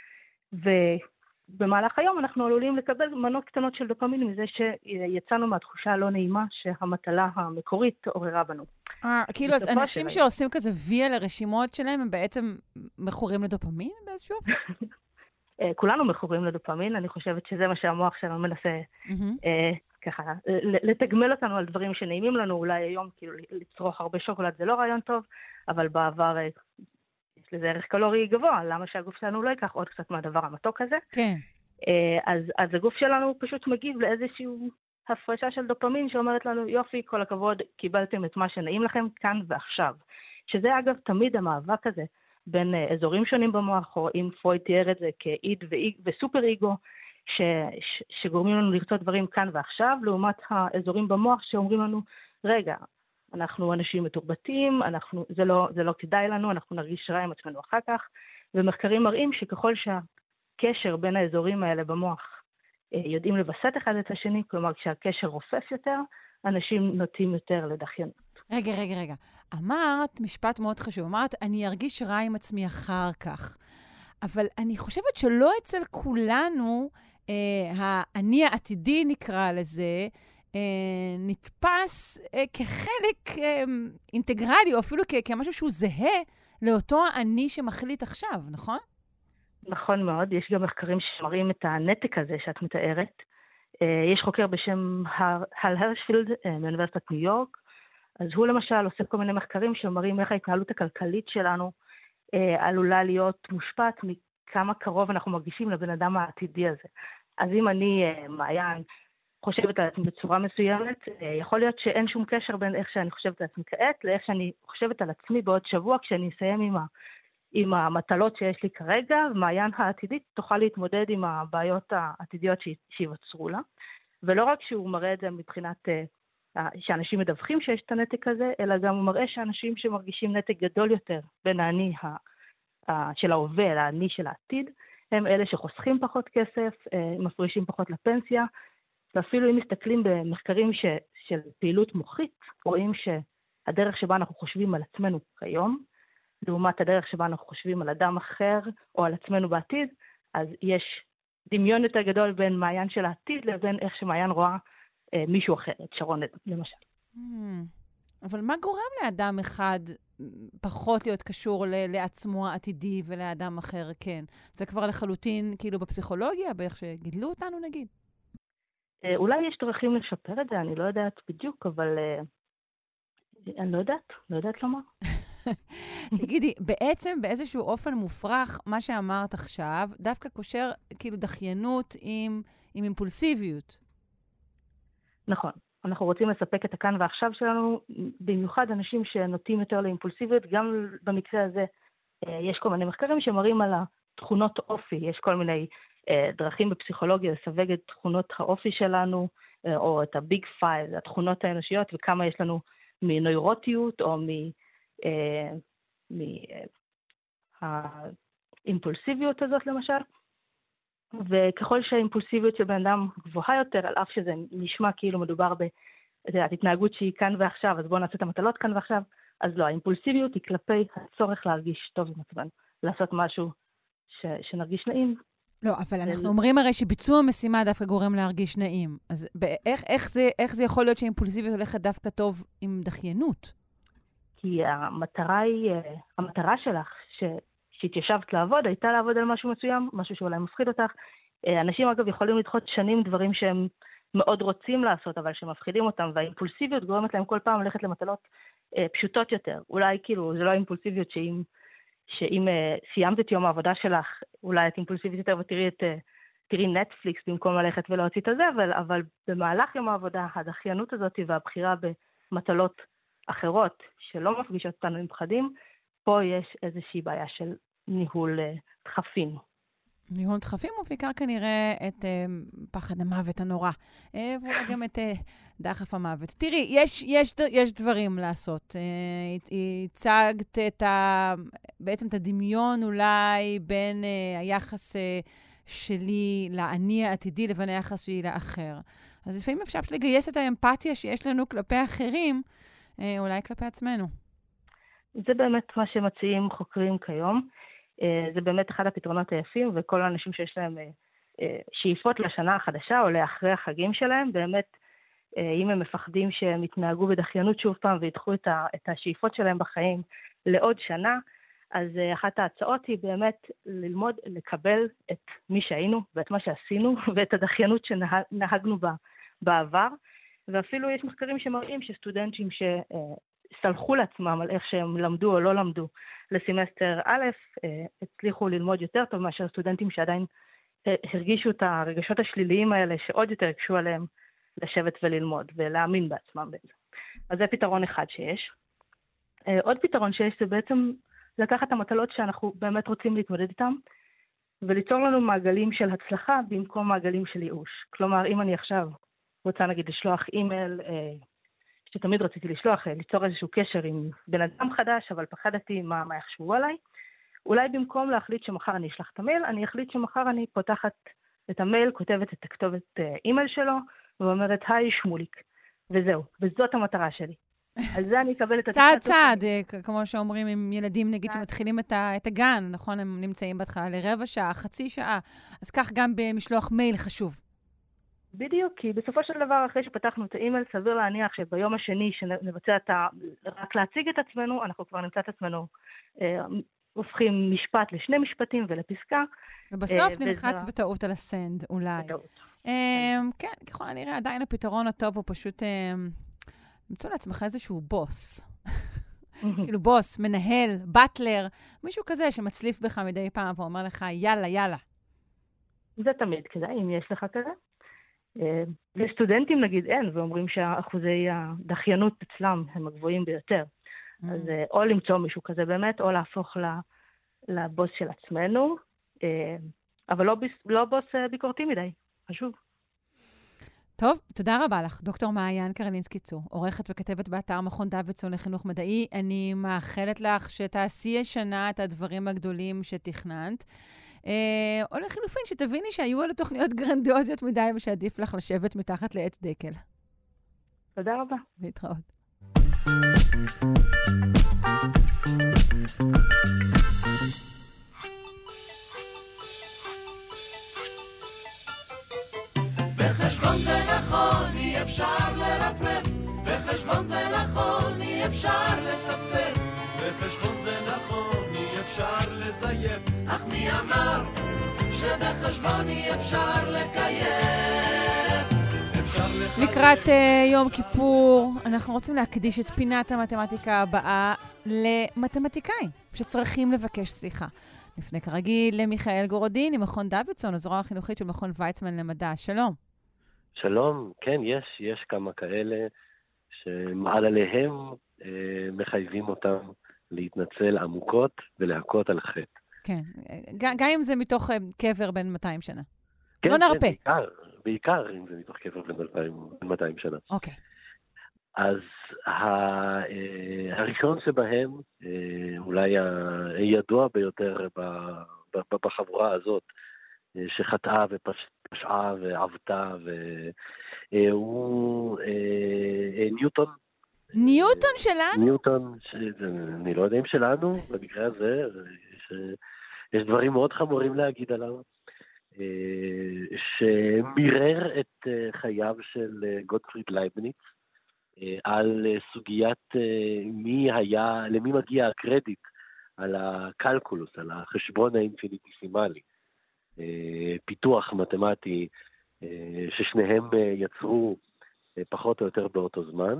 ובמהלך היום אנחנו עלולים לקבל מנות קטנות של דופמין מזה שיצאנו מהתחושה הלא נעימה שהמטלה המקורית עוררה בנו. כאילו, אז אנשים שעושים כזה וי על הרשימות שלהם, הם בעצם מכורים לדופמין באיזשהו אופן? כולנו מכורים לדופמין, אני חושבת שזה מה שהמוח שלנו מנסה ככה, לתגמל אותנו על דברים שנעימים לנו, אולי היום כאילו לצרוך הרבה שוקולד זה לא רעיון טוב, אבל בעבר יש לזה ערך קלורי גבוה, למה שהגוף שלנו לא ייקח עוד קצת מהדבר המתוק הזה? כן. אז הגוף שלנו פשוט מגיב לאיזשהו הפרשה של דופמין שאומרת לנו, יופי, כל הכבוד, קיבלתם את מה שנעים לכם כאן ועכשיו. שזה אגב תמיד המאבק הזה בין אזורים שונים במוח, או אם פרויד תיאר את זה כאיד וסופר איגו, שגורמים לנו לרצות דברים כאן ועכשיו, לעומת האזורים במוח שאומרים לנו, רגע, אנחנו אנשים מתורבתים, זה לא כדאי לנו, אנחנו נרגיש רע עם עצמנו אחר כך, ומחקרים מראים שככל שהקשר בין האזורים האלה במוח יודעים לבסט אחד את השני, כלומר כשהקשר רופף יותר, אנשים נוטים יותר לדחיינות. רגע. אמרת משפט מאוד חשוב, אמרת, אני ארגיש רע עם עצמי אחר כך. אבל אני חושבת שלא אצל כולנו, האני העתידי נקרא לזה, נתפס כחלק אינטגרלי, או אפילו כמשהו שהוא זהה לאותו אני שמחליט עכשיו, נכון? נכון מאוד, יש גם מחקרים שמראים את הנתק הזה שאת מתארת. יש חוקר בשם הל הרשפילד מאוניברסיטת ניו יורק, אז הוא למשל עושה כל מיני מחקרים שמראים איך ההתנהלות הכלכלית שלנו עלולה להיות מושפעת מכמה קרוב אנחנו מרגישים לבן אדם העתידי הזה. אז אם אני, מעיין, חושבת על עצמי בצורה מסוימת, יכול להיות שאין שום קשר בין איך שאני חושבת על עצמי כעת, לאיך שאני חושבת על עצמי בעוד שבוע, כשאני אסיים עם המטלות שיש לי כרגע, ומעיין העתידית תוכל להתמודד עם הבעיות העתידיות שיווצרו לה. ולא רק שהוא מראה את זה מבחינת שאנשים מדווחים שיש את הנתק הזה, אלא גם הוא מראה שאנשים שמרגישים נתק גדול יותר בין האני של ההווה לאני של העתיד, הם אלה שחוסכים פחות כסף, מפרישים פחות לפנסיה, ואפילו אם מסתכלים במחקרים של פעילות מוחית, רואים שהדרך שבה אנחנו חושבים על עצמנו כיום, לעומת הדרך שבה אנחנו חושבים על אדם אחר או על עצמנו בעתיד, אז יש דמיון יותר גדול בין מעיין של העתיד לבין איך שמעיין רואה מישהו אחר, את שרון למשל. אבל מה גורם לאדם אחד פחות להיות קשור לעצמו העתידי ולאדם אחר כן? זה כבר לחלוטין כאילו בפסיכולוגיה, באיך שגידלו אותנו נגיד? אולי יש דרכים לשפר את זה, אני לא יודעת בדיוק, אבל אני לא יודעת לומר. תגידי, בעצם באיזשהו אופן מופרך, מה שאמרת עכשיו, דווקא קושר כאילו דחיינות עם אימפולסיביות. נכון. אנחנו רוצים לספק את הכאן ועכשיו שלנו, במיוחד אנשים שנוטים יותר לאימפולסיביות, גם במקרה הזה יש כל מיני מחקרים שמראים על התכונות אופי, יש כל מיני דרכים בפסיכולוגיה לסווג את תכונות האופי שלנו, או את הביג פייב, התכונות האנושיות, וכמה יש לנו מנוירוטיות או מהאימפולסיביות הזאת למשל. וככל שהאימפולסיביות של בן אדם גבוהה יותר, על אף שזה נשמע כאילו מדובר בהתנהגות שהיא כאן ועכשיו, אז בואו נעשה את המטלות כאן ועכשיו, אז לא, האימפולסיביות היא כלפי הצורך להרגיש טוב עם עצמנו, לעשות משהו שנרגיש נעים. לא, אבל אנחנו אומרים הרי שביצוע משימה דווקא גורם להרגיש נעים. אז איך זה יכול להיות שהאימפולסיביות הולכת דווקא טוב עם דחיינות? כי המטרה שלך, שהתיישבת לעבוד, הייתה לעבוד על משהו מסוים, משהו שאולי מפחיד אותך. אנשים אגב יכולים לדחות שנים דברים שהם מאוד רוצים לעשות, אבל שמפחידים אותם, והאימפולסיביות גורמת להם כל פעם ללכת למטלות פשוטות יותר. אולי כאילו, זה לא האימפולסיביות שאם סיימת את יום העבודה שלך, אולי את אימפולסיבית יותר ותראי נטפליקס במקום ללכת ולהוציא את זה, אבל במהלך יום העבודה, הדחיינות הזאת והבחירה במטלות אחרות שלא מפגישות אותנו עם פחדים, פה יש איזושהי בעיה של ניהול דחפים. ניהול דחפים ובעיקר כנראה את פחד המוות הנורא. ואולי גם את דחף המוות. תראי, יש דברים לעשות. הצגת בעצם את הדמיון אולי בין היחס שלי לעני העתידי לבין היחס שלי לאחר. אז לפעמים אפשר לגייס את האמפתיה שיש לנו כלפי אחרים, אולי כלפי עצמנו. זה באמת מה שמציעים חוקרים כיום. זה באמת אחד הפתרונות היפים, וכל האנשים שיש להם שאיפות לשנה החדשה או לאחרי החגים שלהם, באמת, אם הם מפחדים שהם יתנהגו בדחיינות שוב פעם וידחו את השאיפות שלהם בחיים לעוד שנה, אז אחת ההצעות היא באמת ללמוד לקבל את מי שהיינו ואת מה שעשינו ואת הדחיינות שנהגנו בעבר, ואפילו יש מחקרים שמראים שסטודנטים סלחו לעצמם על איך שהם למדו או לא למדו לסמסטר א', הצליחו ללמוד יותר טוב מאשר סטודנטים שעדיין הרגישו את הרגשות השליליים האלה שעוד יותר הקשו עליהם לשבת וללמוד ולהאמין בעצמם בזה. אז זה פתרון אחד שיש. עוד פתרון שיש זה בעצם לקחת את המטלות שאנחנו באמת רוצים להתמודד איתם וליצור לנו מעגלים של הצלחה במקום מעגלים של ייאוש. כלומר, אם אני עכשיו רוצה נגיד לשלוח אימייל, שתמיד רציתי לשלוח, ליצור איזשהו קשר עם בן אדם חדש, אבל פחדתי מה יחשבו עליי. אולי במקום להחליט שמחר אני אשלח את המייל, אני אחליט שמחר אני פותחת את המייל, כותבת את הכתובת אימייל שלו, ואומרת, היי שמוליק. וזהו, וזאת המטרה שלי. על זה אני אקבל את צעד, כמו שאומרים עם ילדים, נגיד שמתחילים את הגן, נכון? הם נמצאים בהתחלה לרבע שעה, חצי שעה, אז כך גם במשלוח מייל חשוב. בדיוק, כי בסופו של דבר, אחרי שפתחנו את האימייל, סביר להניח שביום השני שנבצע רק להציג את עצמנו, אנחנו כבר נמצא את עצמנו, הופכים משפט לשני משפטים ולפסקה. ובסוף נלחץ בטעות על הסנד, אולי. בטעות. כן, ככל הנראה, עדיין הפתרון הטוב הוא פשוט למצוא לעצמך איזשהו בוס. כאילו בוס, מנהל, בטלר, מישהו כזה שמצליף בך מדי פעם ואומר לך, יאללה, יאללה. זה תמיד כדאי, אם יש לך כזה. לסטודנטים נגיד אין, ואומרים שהאחוזי הדחיינות אצלם הם הגבוהים ביותר. אז או למצוא מישהו כזה באמת, או להפוך לבוס של עצמנו, אבל לא בוס ביקורתי מדי, חשוב. טוב, תודה רבה לך, דוקטור מעיין קרלינסקי צור, עורכת וכתבת באתר מכון דוידסון לחינוך מדעי. אני מאחלת לך שתעשי השנה את הדברים הגדולים שתכננת, או לחילופין שתביני שהיו אלה תוכניות גרנדיוזיות מדי ושעדיף לך לשבת מתחת לעץ דקל. תודה רבה. להתראות. בחשבון זה נכון, אי אפשר לרפרף, בחשבון זה נכון, אי אפשר לצפצף, בחשבון זה נכון, אי אפשר לזייף, אך מי אמר שבחשבון אי אפשר לקיים? לקראת יום כיפור, אנחנו רוצים להקדיש את פינת המתמטיקה הבאה למתמטיקאים שצריכים לבקש סליחה. לפני כרגיל למיכאל גורודיני, מכון דוידסון, הזרוע החינוכית של מכון ויצמן למדע. שלום. שלום, כן, יש כמה כאלה שמעל עליהם מחייבים אותם להתנצל עמוקות ולהכות על חטא. כן, גם אם זה מתוך קבר בין 200 שנה. כן, לא נרפה. כן, בעיקר אם זה מתוך קבר בין 200 שנה. אוקיי. אז הראשון שבהם, אולי הידוע ביותר בחבורה הזאת, שחטאה ופשעה ועבתה, והוא ניוטון. ניוטון שלנו? ניוטון, אני לא יודע אם שלנו, במקרה הזה, יש דברים מאוד חמורים להגיד עליו, שמירר את חייו של גוטפריד לייבניץ, על סוגיית למי מגיע הקרדיט על הקלקולוס, על החשבון האינפיניטיסימלי, פיתוח מתמטי ששניהם יצרו פחות או יותר באותו זמן,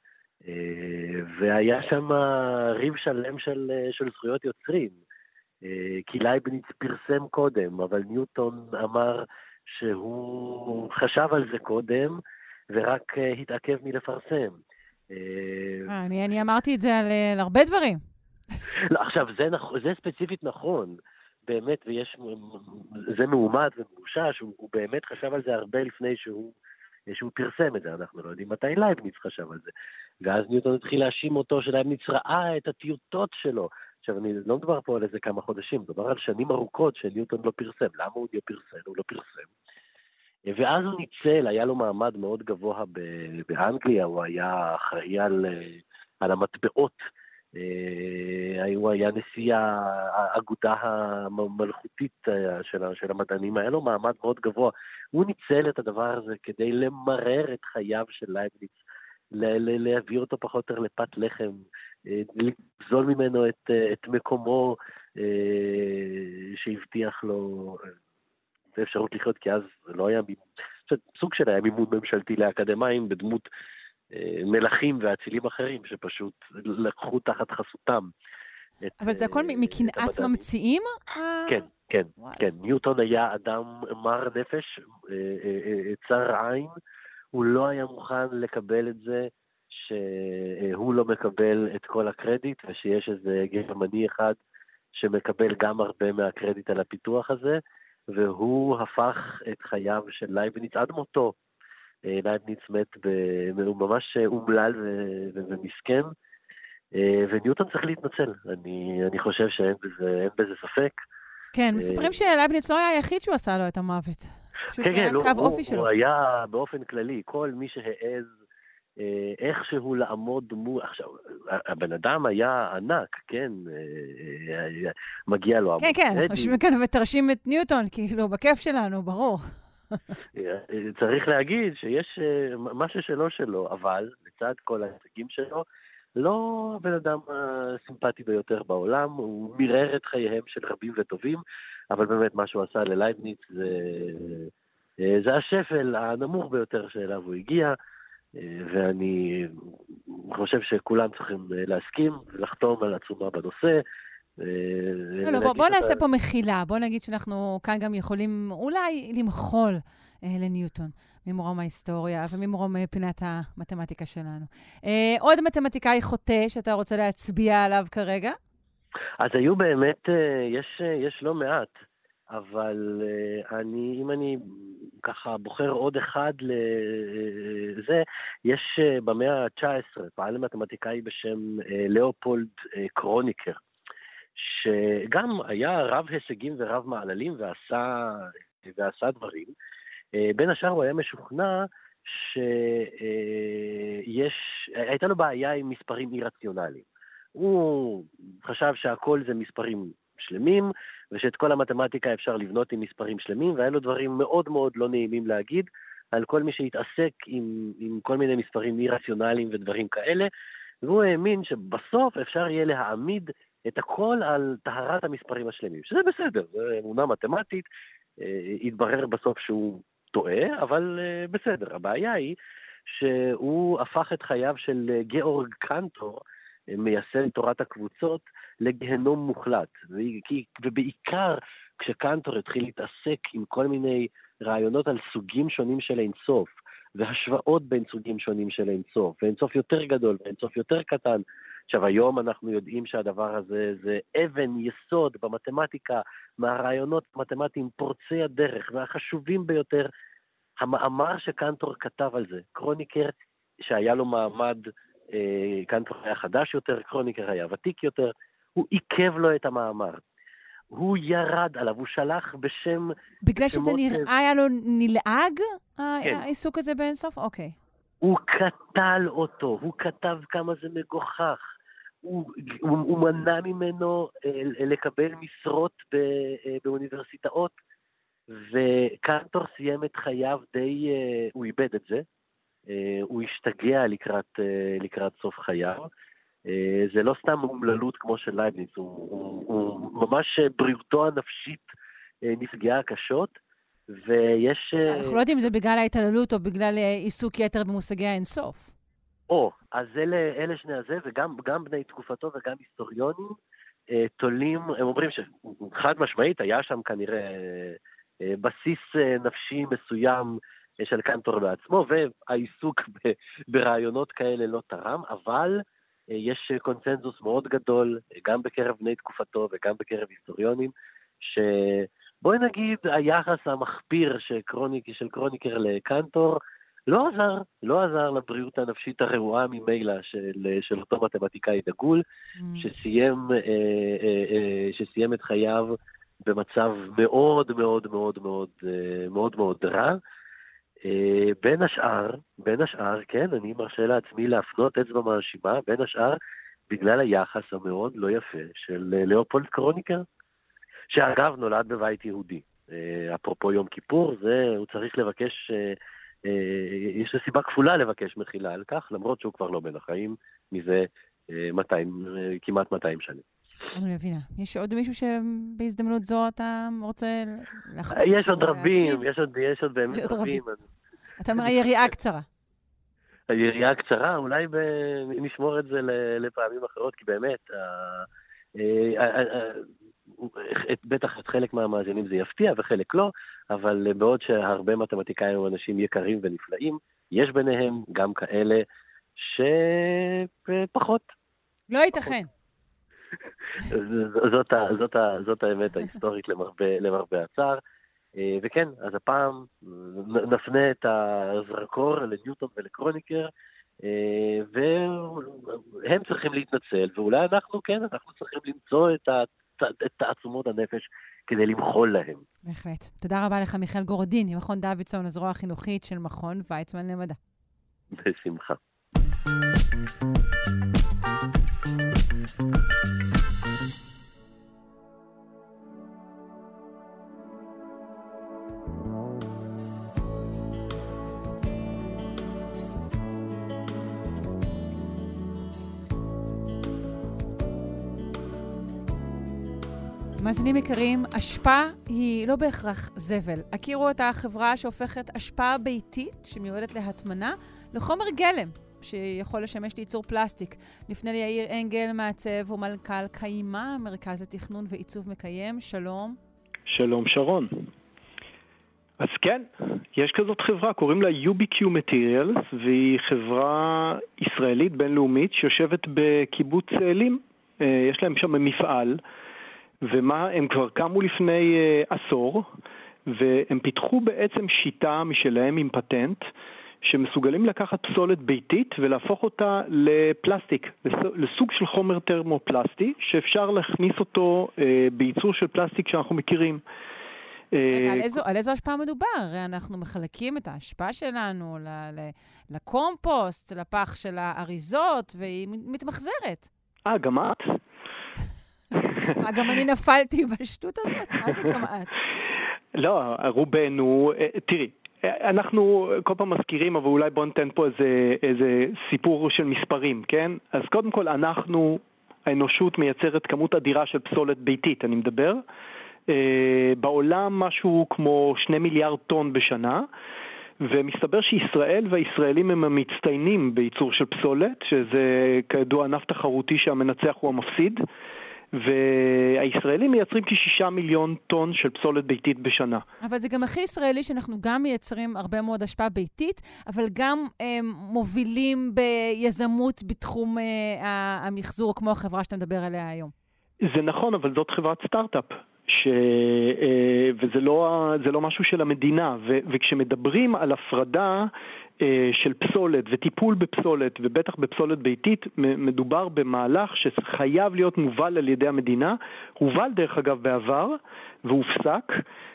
והיה שם ריב שלם של זכויות יוצרים, כי לייבניץ פרסם קודם, אבל ניוטון אמר שהוא חשב על זה קודם, ורק התעכב מלפרסם. אני אמרתי את זה על הרבה דברים. לא, עכשיו, זה ספציפית נכון, באמת, זה מעומד ומאושש, הוא באמת חשב על זה הרבה לפני שהוא פרסם את זה, אנחנו לא יודעים מתי לייבניץ חשב על זה. ואז ניוטון התחיל להאשים אותו שלייבניץ ראה את הטיוטות שלו. עכשיו, אני לא מדבר פה על איזה כמה חודשים, מדבר על שנים ארוכות שניוטון לא פרסם. למה הוא פרסם? הוא לא פרסם. ואז הוא ניצל, היה לו מעמד מאוד גבוה באנגליה, הוא היה אחראי על המטבעות, הוא היה נשיא האגודה המלכותית של המדענים, היה לו מעמד מאוד גבוה. הוא ניצל את הדבר הזה כדי למרר את חייו של לייבניץ, להביא אותו פחות או יותר לפת לחם, לגזול ממנו את מקומו שהבטיח לו אפשרות לחיות, כי אז לא היה סוג של היה מימון ממשלתי לאקדמיים בדמות מלכים ואצילים אחרים שפשוט לקחו תחת חסותם. אבל זה הכל מקנאת ממציאים? כן. ניוטון היה אדם מר נפש, צר עין, הוא לא היה מוכן לקבל את זה שהוא לא מקבל את כל הקרדיט, ושיש איזה גרמני אחד שמקבל גם הרבה מהקרדיט על הפיתוח הזה, והוא הפך את חייו של לייבניץ עד מותו. לייבניץ מת, הוא ממש אומלל ומסכן, וניוטון צריך להתנצל. אני חושב שאין בזה ספק. כן, מספרים שלייבניץ לא היה היחיד שהוא עשה לו את המוות. כן, הוא היה באופן כללי, כל מי שהעז איכשהו לעמוד מול, עכשיו, הבן אדם היה ענק, כן, מגיע לו המון. כן, אנחנו חושבים כאן ותרשים את ניוטון, כאילו, בכיף שלנו, ברור. צריך להגיד שיש משהו שלו, אבל לצד כל ההישגים שלו, לא הבן אדם הסימפטי ביותר בעולם, הוא מירר את חייהם של רבים וטובים, אבל באמת מה שהוא עשה ללייבניץ זה השפל הנמוך ביותר שאליו הוא הגיע, ואני חושב שכולם צריכים להסכים ולחתום על עצומה בנושא. בוא נעשה פה מחילה, בוא נגיד שאנחנו כאן גם יכולים אולי למחול לניוטון, ממורם ההיסטוריה וממורם פינת המתמטיקה שלנו. עוד מתמטיקאי חוטא שאתה רוצה להצביע עליו כרגע? אז היו באמת, יש לא מעט, אבל אם אני ככה בוחר עוד אחד לזה, יש במאה ה-19 פעל מתמטיקאי בשם לאופולד קרוניקר, שגם היה רב הישגים ורב מעללים ועשה דברים. בין השאר הוא היה משוכנע שהייתה לו בעיה עם מספרים אי-רציונליים. הוא חשב שהכל זה מספרים שלמים, ושאת כל המתמטיקה אפשר לבנות עם מספרים שלמים, והיה לו דברים מאוד מאוד לא נעימים להגיד על כל מי שהתעסק עם כל מיני מספרים אי-רציונליים ודברים כאלה, והוא האמין שבסוף אפשר יהיה להעמיד את הכל על טהרת המספרים השלמים, שזה בסדר, זה אמונה מתמטית, התברר בסוף שהוא טועה, אבל בסדר. הבעיה היא שהוא הפך את חייו של גאורג קנטור מיישם תורת הקבוצות לגיהנום מוחלט. ובעיקר כשקנטור התחיל להתעסק עם כל מיני רעיונות על סוגים שונים של אינסוף, והשוואות בין סוגים שונים של אינסוף, ואינסוף יותר גדול ואינסוף יותר קטן. עכשיו, היום אנחנו יודעים שהדבר הזה זה אבן יסוד במתמטיקה, מהרעיונות המתמטיים פורצי הדרך והחשובים ביותר. המאמר שקנטור כתב על זה, קרוניקר שהיה לו מעמד, קנטור היה חדש יותר, קרוניקר היה ותיק יותר, הוא עיכב לו את המאמר. הוא ירד עליו, הוא שלח בשם... בגלל שזה נראה היה לו נלעג, העיסוק הזה באינסוף? אוקיי. הוא קטל אותו, הוא כתב כמה זה מגוחך, הוא מנע ממנו לקבל משרות באוניברסיטאות, וקנטור סיים את חייו די, הוא איבד את זה, הוא השתגע לקראת סוף חייו, זה לא סתם אומללות כמו של לייבניץ, הוא ממש בריאותו הנפשית נפגעה קשות, ויש... אנחנו לא יודעים אם זה בגלל ההתעללות או בגלל עיסוק יתר במושגי האינסוף. אז אלה שני הזה, וגם בני תקופתו וגם היסטוריונים תולים, הם אומרים שחד משמעית היה שם כנראה בסיס נפשי מסוים של קנטור בעצמו, והעיסוק ברעיונות כאלה לא תרם, אבל יש קונצנזוס מאוד גדול, גם בקרב בני תקופתו וגם בקרב היסטוריונים, שבואי נגיד היחס המחפיר של קרוניקר לקנטור לא עזר לבריאות הנפשית הרעועה ממילא של אותו מתמטיקאי דגול, שסיים את חייו במצב מאוד מאוד מאוד מאוד מאוד מאוד רע. בין השאר, כן, אני מרשה לעצמי להפנות אצבע מאשימה, בין השאר, בגלל היחס המאוד לא יפה של לאופולד קרוניקר, שאגב נולד בבית יהודי. אפרופו יום כיפור, הוא צריך לבקש, יש לו סיבה כפולה לבקש מחילה על כך, למרות שהוא כבר לא בין החיים, מזה כמעט 200 שנים. אני מבינה. יש עוד מישהו שבהזדמנות זו אתה רוצה לחפש? יש עוד רבים, יש עוד באמת רבים. אתה אומר היריעה קצרה. היריעה קצרה, אולי נשמור את זה לפעמים אחרות, כי באמת, בטח את חלק מהמאזינים זה יפתיע וחלק לא, אבל בעוד שהרבה מתמטיקאים הם אנשים יקרים ונפלאים, יש ביניהם גם כאלה שפחות. לא ייתכן. זאת האמת ההיסטורית למרבה הצער. וכן, אז הפעם נפנה את הזרקור לניוטון ולקרוניקר, והם צריכים להתנצל, ואולי אנחנו צריכים למצוא את תעצומות הנפש כדי למחול להם. בהחלט. תודה רבה לך, מיכאל גורדין, ממכון דוידסון, הזרוע החינוכית של מכון ויצמן למדע. בשמחה. מאזינים יקרים, אשפה היא לא בהכרח זבל. הכירו את החברה שהופכת אשפה ביתית, שמיועדת להטמנה, לחומר גלם, שיכול לשמש לייצור פלסטיק. נפנה ליאיר אנגל, מעצב ומנכ"ל קיימה, מרכז לתכנון ועיצוב מקיים. שלום. שלום שרון. אז כן, יש כזאת חברה, קוראים לה UBQ Materials, והיא חברה ישראלית בינלאומית שיושבת בקיבוץ אלים. יש להם שם מפעל, הם כבר קמו לפני עשור, והם פיתחו בעצם שיטה משלהם עם פטנט, שמסוגלים לקחת פסולת ביתית ולהפוך אותה לפלסטיק, לסוג של חומר טרמופלסטי, שאפשר להכניס אותו בייצור של פלסטיק שאנחנו מכירים. רגע, על איזו השפעה מדובר? הרי אנחנו מחלקים את ההשפעה שלנו לקומפוסט, לפח של האריזות, והיא מתמחזרת. גם את? גם אני נפלתי בשטות הזאת? מה זה גם את? לא, רובנו, תראי, אנחנו כל פעם מזכירים, אבל אולי בוא ניתן פה איזה סיפור של מספרים, כן? אז קודם כל, האנושות מייצרת כמות אדירה של פסולת ביתית, אני מדבר. בעולם משהו כמו 2 מיליארד טון בשנה, ומסתבר שישראל והישראלים הם המצטיינים בייצור של פסולת, שזה כידוע ענף תחרותי שהמנצח הוא המפסיד, והישראלים מייצרים כ6 מיליון טון של פסולת ביתית בשנה. אבל זה גם הכי ישראלי שאנחנו גם מייצרים הרבה מאוד השפעה ביתית, אבל גם מובילים ביזמות בתחום המחזור, כמו החברה שאתה מדבר עליה היום. זה נכון, אבל זאת חברת סטארט-אפ. וזה לא משהו של המדינה, וכשמדברים על הפרדה של פסולת וטיפול בפסולת, ובטח בפסולת ביתית, מדובר במהלך שחייב להיות מובל על ידי המדינה, הובל דרך אגב בעבר, והופסק,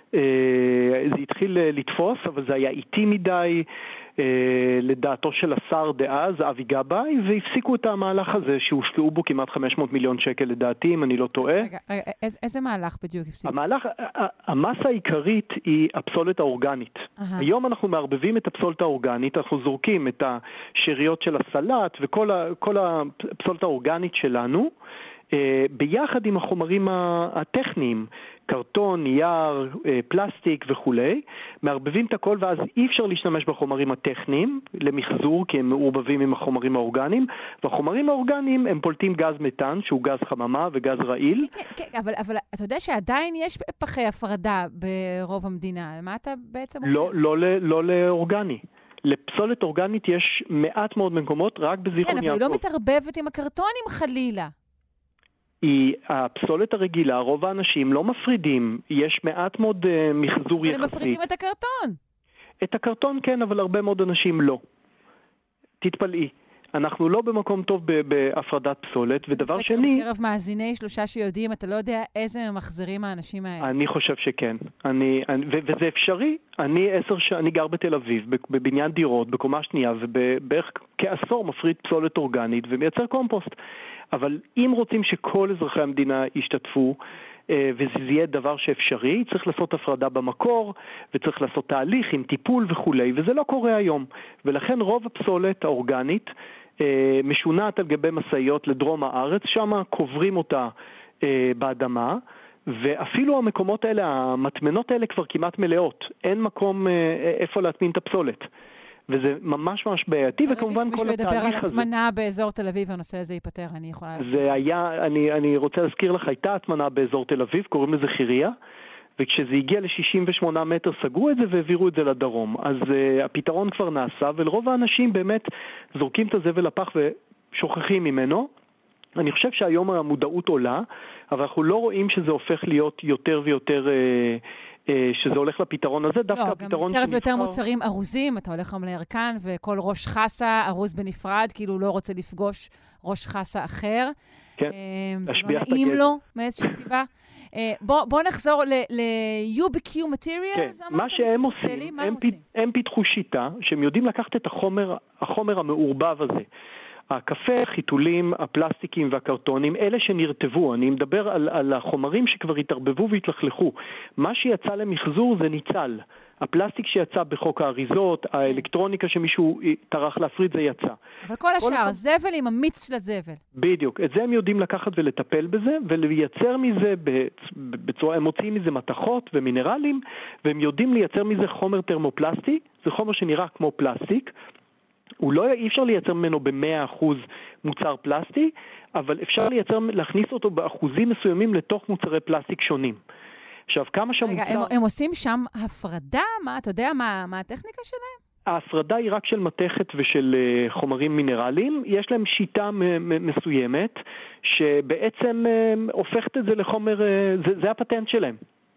זה התחיל לתפוס, אבל זה היה איטי מדי, לדעתו של השר דאז, אבי גבאי, והפסיקו את המהלך הזה שהושקעו בו כמעט 500 מיליון שקל לדעתי, אם אני לא טועה. רגע, איזה מהלך בדיוק הפסיקו? המסה העיקרית היא הפסולת האורגנית. היום אנחנו מערבבים את הפסולת האורגנית, אנחנו זורקים את השאריות של הסלט וכל הפסולת האורגנית שלנו, ביחד עם החומרים הטכניים, קרטון, נייר, פלסטיק וכולי, מערבבים את הכל ואז אי אפשר להשתמש בחומרים הטכניים למחזור כי הם מעורבבים עם החומרים האורגניים, והחומרים האורגניים הם פולטים גז מתאן שהוא גז חממה וגז רעיל. כן, אבל אתה יודע שעדיין יש פחי הפרדה ברוב המדינה, מה אתה בעצם אומר? לא לאורגני. לפסולת אורגנית יש מעט מאוד מקומות רק בזיכרון יעקב. כן, אבל היא לא מתערבבת עם הקרטונים חלילה. הפסולת הרגילה, רוב האנשים לא מפרידים, יש מעט מאוד מחזור יחסית. הם מפרידים את הקרטון. את הקרטון כן, אבל הרבה מאוד אנשים לא. תתפלאי. אנחנו לא במקום טוב בהפרדת פסולת, ודבר שני... בקרב מאזיני 3 שיודעים, אתה לא יודע איזה ממחזרים האנשים האלה. אני חושב שכן. וזה אפשרי. אני גר בתל אביב, בבניין דירות, בקומה שנייה, ובערך כעשור מפריד פסולת אורגנית ומייצר קומפוסט. אבל אם רוצים שכל אזרחי המדינה ישתתפו, וזה יהיה דבר שאפשרי, צריך לעשות הפרדה במקור, וצריך לעשות תהליך עם טיפול וכולי, וזה לא קורה היום. ולכן רוב הפסולת האורגנית משונעת על גבי מסעיות לדרום הארץ, שם קוברים אותה באדמה, ואפילו המקומות האלה, המטמנות האלה כבר כמעט מלאות. אין מקום איפה להטמין את הפסולת. וזה ממש ממש בעייתי, וכמובן כל התהליך הזה... מישהו ידבר על הצמנה באזור תל אביב, הנושא הזה ייפטר, אני יכולה... זה היה, אני רוצה להזכיר לך, הייתה הצמנה באזור תל אביב, קוראים לזה חירייה, וכשזה הגיע ל-68 מטר סגרו את זה והעבירו את זה לדרום. אז הפתרון כבר נעשה, ולרוב האנשים באמת זורקים את הזבל לפח ושוכחים ממנו. אני חושב שהיום המודעות עולה, אבל אנחנו לא רואים שזה הופך להיות יותר ויותר... שזה הולך לפתרון הזה, דווקא הפתרון שנבחר... גם יותר מוצרים ארוזים, אתה הולך לירקן, וכל ראש חסה ארוז בנפרד, כאילו לא רוצה לפגוש ראש חסה אחר. כן, להשביח את הגז. נעים לו, מאיזושהי סיבה. בוא נחזור ל-UBQ Materials. כן, מה שהם עושים, הם פיתחו שיטה, שהם יודעים לקחת את החומר המעורבב הזה. הקפה, חיתולים, הפלסטיקים והקרטונים, אלה שנרטבו, אני מדבר על החומרים שכבר התערבבו והתלכלכו. מה שיצא למחזור זה ניצל. הפלסטיק שיצא בחוק האריזות, האלקטרוניקה שמישהו טרח להפריד, זה יצא. אבל כל השאר, זבל עם המיץ של הזבל. בדיוק, את זה הם יודעים לקחת ולטפל בזה, ולייצר מזה בצורה, הם מוציאים מזה מתכות ומינרלים, והם יודעים לייצר מזה חומר טרמופלסטי, זה חומר שנראה כמו פלסטיק, אי אפשר לייצר ממנו ב100% מוצר פלסטי, אבל אפשר להכניס אותו באחוזים מסוימים לתוך מוצרי פלסטיק שונים. עכשיו, כמה שהמוצר... רגע, הם עושים שם הפרדה? אתה יודע מה הטכניקה שלהם? ההפרדה היא רק של מתכת ושל חומרים מינרליים. יש להם שיטה מסוימת, שבעצם הופכת את זה לחומר... זה הפטנט שלהם.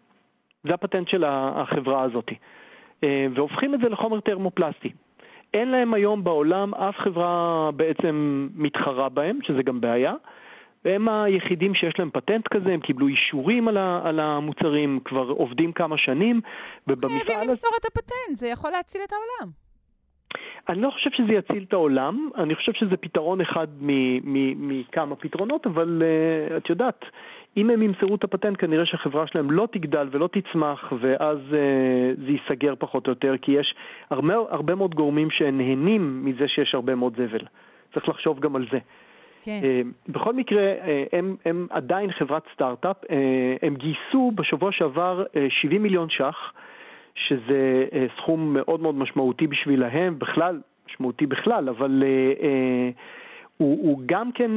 זה הפטנט של החברה הזאת. והופכים את זה לחומר טרמופלסטי. אין להם היום בעולם אף חברה בעצם מתחרה בהם, שזה גם בעיה, והם היחידים שיש להם פטנט כזה, הם קיבלו אישורים על המוצרים, כבר עובדים כמה שנים, חייבים למסור את הפטנט, זה יכול להציל את העולם. אני לא חושב שזה יציל את העולם, אני חושב שזה פתרון אחד מכמה פתרונות, אבל את יודעת, אם הם ימסרו את הפטנט, כנראה שהחברה שלהם לא תגדל ולא תצמח, ואז זה ייסגר פחות או יותר, כי יש הרבה מאוד גורמים שנהנים מזה שיש הרבה מאוד זבל. צריך לחשוב גם על זה. כן. בכל מקרה, הם עדיין חברת סטארט-אפ, הם גייסו בשבוע שעבר 70 מיליון שח, שזה סכום מאוד מאוד משמעותי בשבילהם, בכלל, משמעותי בכלל, אבל הוא גם כן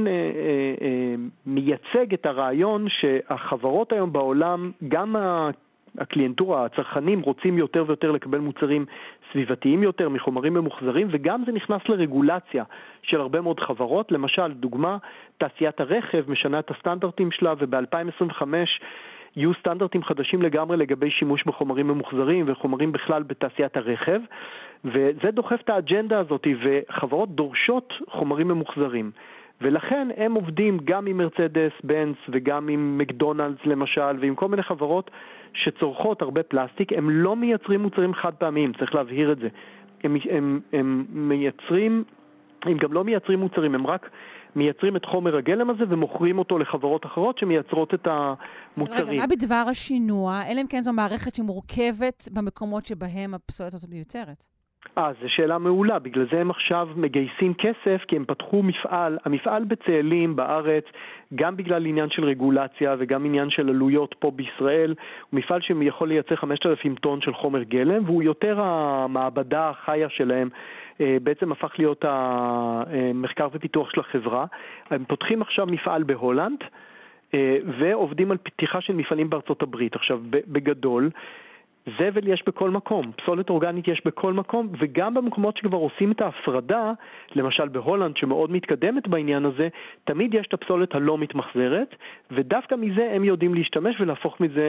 מייצג את הרעיון שהחברות היום בעולם, גם הקליינטורה, הצרכנים רוצים יותר ויותר לקבל מוצרים סביבתיים יותר מחומרים ממוחזרים, וגם זה נכנס לרגולציה של הרבה מאוד חברות. למשל, דוגמה, תעשיית הרכב משנה את הסטנדרטים שלה, וב-2025 יהיו סטנדרטים חדשים לגמרי לגבי שימוש בחומרים ממוחזרים וחומרים בכלל בתעשיית הרכב, וזה דוחף את האג'נדה הזאת, וחברות דורשות חומרים ממוחזרים. ולכן הם עובדים גם עם מרצדס בנץ וגם עם מקדונלדס למשל, ועם כל מיני חברות שצורכות הרבה פלסטיק. הם לא מייצרים מוצרים חד פעמיים, צריך להבהיר את זה. הם מייצרים, הם גם לא מייצרים מוצרים, הם רק מייצרים את חומר הגלם הזה ומוכרים אותו לחברות אחרות שמייצרות את המוצרים. רגע, מה בדבר השינוע? אלא אם כן זו מערכת שמורכבת במקומות שבהם הפסולת הזאת מיוצרת. זו שאלה מעולה, בגלל זה הם עכשיו מגייסים כסף, כי הם פתחו מפעל, המפעל בצאלים בארץ, גם בגלל עניין של רגולציה וגם עניין של עלויות פה בישראל, הוא מפעל שיכול לייצר 5,000 טון של חומר גלם, והוא יותר המעבדה החיה שלהם, בעצם הפך להיות המחקר ופיתוח של החברה. הם פותחים עכשיו מפעל בהולנד, ועובדים על פתיחה של מפעלים בארצות הברית. עכשיו, בגדול, זבל יש בכל מקום, פסולת אורגנית יש בכל מקום, וגם במקומות שכבר עושים את ההפרדה, למשל בהולנד שמאוד מתקדמת בעניין הזה, תמיד יש את הפסולת הלא מתמחזרת, ודווקא מזה הם יודעים להשתמש ולהפוך מזה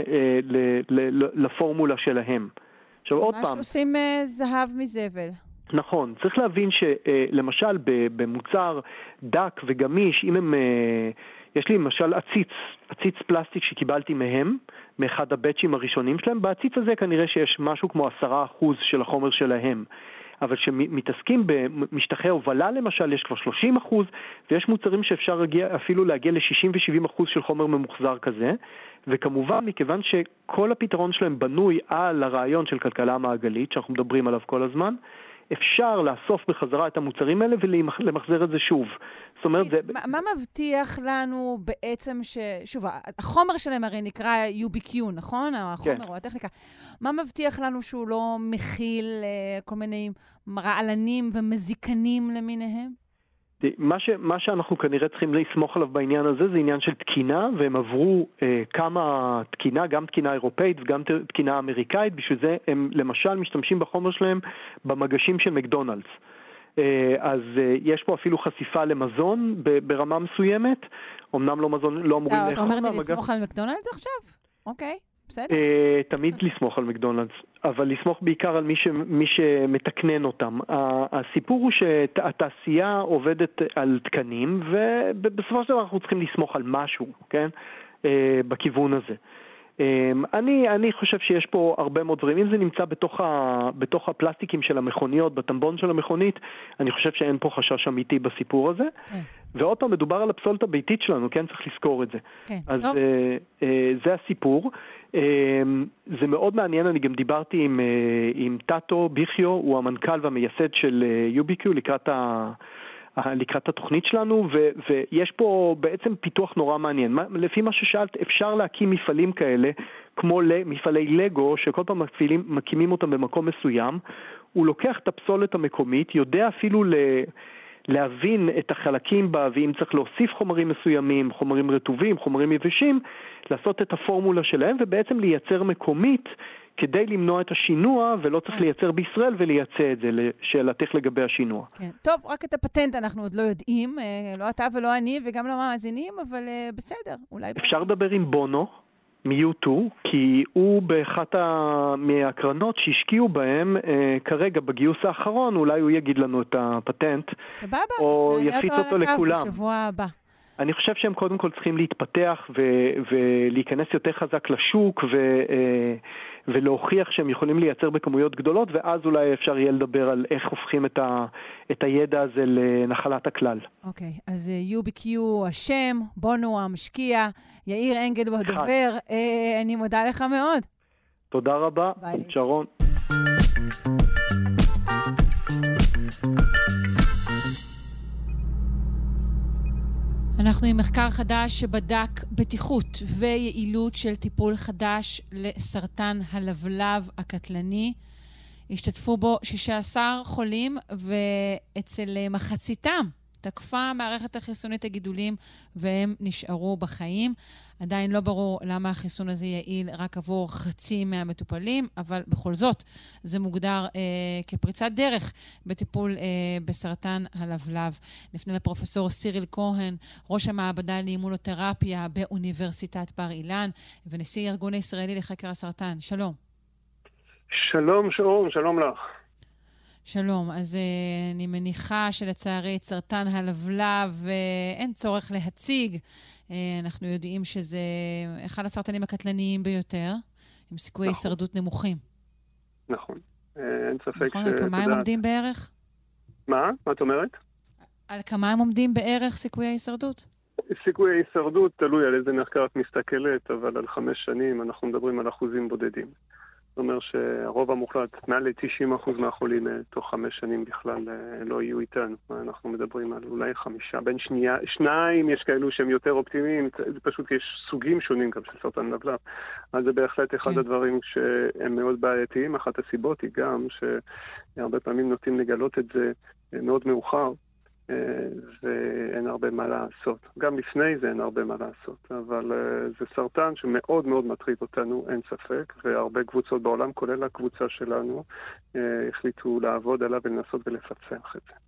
לפורמולה שלהם. עכשיו עוד פעם. ממש עושים זהב מזבל. נכון, צריך להבין שלמשל במוצר דק וגמיש, אם הם... יש לי למשל עציץ פלסטיק שקיבלתי מהם, מאחד הבטשים הראשונים שלהם, בעציץ הזה כנראה שיש משהו כמו 10% של החומר שלהם. אבל שמתעסקים במשטחי הובלה למשל, יש כבר 30%, ויש מוצרים שאפשר אפילו להגיע ל-60 ו-70% של חומר ממוחזר כזה, וכמובן מכיוון שכל הפתרון שלהם בנוי על הרעיון של כלכלה מעגלית, שאנחנו מדברים עליו כל הזמן, אפשר לאסוף בחזרה את המוצרים האלה ולמחזר את זה שוב. זאת אומרת, מה מבטיח לנו בעצם שוב, החומר שלהם הרי נקרא UBQ, נכון? החומר או הטכניקה. מה מבטיח לנו שהוא לא מכיל כל מיני רעלנים ומזיקנים למיניהם? מה שאנחנו כנראה צריכים לסמוך עליו בעניין הזה זה עניין של תקינה, והם עברו כמה תקינה, גם תקינה אירופאית וגם תקינה אמריקאית, בשביל זה הם למשל משתמשים בחומר שלהם במגשים של מקדונלדס. אז יש פה אפילו חשיפה למזון ברמה מסוימת, אמנם לא מזון, לא אמורים לאכול. אתה אומר לי לסמוך על מקדונלדס עכשיו? אוקיי. בסדר. תמיד לסמוך על מקדונלדס, אבל לסמוך בעיקר על מי שמתקנן אותם. הסיפור הוא שהתעשייה עובדת על תקנים, ובסופו של דבר אנחנו צריכים לסמוך על משהו, כן? בכיוון הזה. אני חושב שיש פה הרבה מאוד דברים. אם זה נמצא בתוך הפלסטיקים של המכוניות, בטמבון של המכונית, אני חושב שאין פה חשש אמיתי בסיפור הזה. ועוד פעם, מדובר על הפסולת הביתית שלנו, כן? צריך לזכור את זה. אז זה הסיפור. זה מאוד מעניין, אני גם דיברתי עם טאטו ביחיו, הוא המנכ"ל והמייסד של UBQ לקראת התוכנית שלנו, ויש פה בעצם פיתוח נורא מעניין. לפי מה ששאלת, אפשר להקים מפעלים כאלה, כמו מפעלי לגו, שכל פעם מקימים אותם במקום מסוים. הוא לוקח את הפסולת המקומית, יודע אפילו להבין את החלקים בה, ואם צריך להוסיף חומרים מסוימים, חומרים רטובים, חומרים יבשים, לעשות את הפורמולה שלהם, ובעצם לייצר מקומית, כדי למנוע את השינוע, ולא צריך לייצר בישראל ולייצא את זה, לשאלתך לגבי השינוע. כן. טוב, רק את הפטנט אנחנו עוד לא יודעים, לא אתה ולא אני, וגם לא מאזינים, אבל בסדר, אולי... אפשר לדבר עם בונו, מ-U2, כי הוא באחת מהקרנות שהשקיעו בהם כרגע בגיוס האחרון, אולי הוא יגיד לנו את הפטנט, סבבה, או יפיץ אותו לכולם. בשבוע הבא. אני חושב שהם קודם כל צריכים להתפתח ולהיכנס יותר חזק לשוק ולהוכיח שהם יכולים לייצר בכמויות גדולות, ואז אולי אפשר יהיה לדבר על איך הופכים את הידע הזה לנחלת הכלל. אוקיי, אז UBQ השם, בונו המשקיע, יאיר אנגל הוא הדובר, אני מודה לך מאוד. תודה רבה, שרון. אנחנו עם מחקר חדש שבדק בטיחות ויעילות של טיפול חדש לסרטן הלבלב הקטלני. השתתפו בו 16 חולים, ואצל מחציתם תקפה המערכת החיסונית הגידולים והם נשארו בחיים. עדיין לא ברור למה החיסון הזה יעיל רק עבור חצי מהמטופלים, אבל בכל זאת זה מוגדר כפריצת דרך בטיפול בסרטן הלבלב. נפנה לפרופסור סיריל כהן, ראש המעבדה לאימונותרפיה באוניברסיטת בר אילן ונשיא הארגון הישראלי לחקר הסרטן. שלום. שלום שרון, שלום לך. שלום, אז אני מניחה שלצערי את סרטן הלבלב אין צורך להציג. אנחנו יודעים שזה אחד הסרטנים הקטלניים ביותר, עם סיכויי הישרדות נמוכים. נכון, אין ספק נכון, על כמה הם עומדים בערך? מה? מה את אומרת? על כמה הם עומדים בערך סיכויי הישרדות? סיכויי הישרדות תלוי על איזה מחקר את מסתכלת, אבל על 5 שנים אנחנו מדברים על אחוזים בודדים. זאת אומרת שהרוב המוחלט, מעל ל-90% מהחולים תוך 5 שנים בכלל לא יהיו איתנו. אנחנו מדברים על אולי 5, בין שניים יש כאלו שהם יותר אופטימיים, פשוט יש סוגים שונים גם של סרטן לבלב. אז זה בהחלט אחד הדברים שהם מאוד בעייתיים. אחת הסיבות היא גם שהרבה פעמים נוטים לגלות את זה מאוד מאוחר, ואין הרבה מה לעשות. גם לפני זה אין הרבה מה לעשות, אבל זה סרטן שמאוד מאוד מטריד אותנו, אין ספק, והרבה קבוצות בעולם, כולל הקבוצה שלנו, החליטו לעבוד עליו ולנסות ולפצח את זה.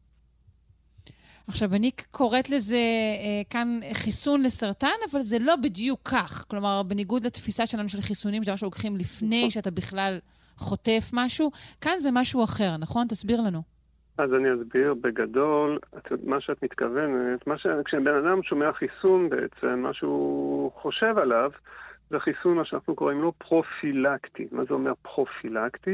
עכשיו, אני קוראת לזה כאן חיסון לסרטן, אבל זה לא בדיוק כך. כלומר, בניגוד לתפיסה שלנו של חיסונים, שזה משהו לוקחים לפני שאתה בכלל חוטף משהו, כאן זה משהו אחר, נכון? תסביר לנו. אז אני אסביר בגדול, מה שאת מתכוונת, כשבן אדם שומע חיסון בעצם, מה שהוא חושב עליו, זה חיסון, מה שאנחנו קוראים לו פרופילקטי. מה זה אומר פרופילקטי?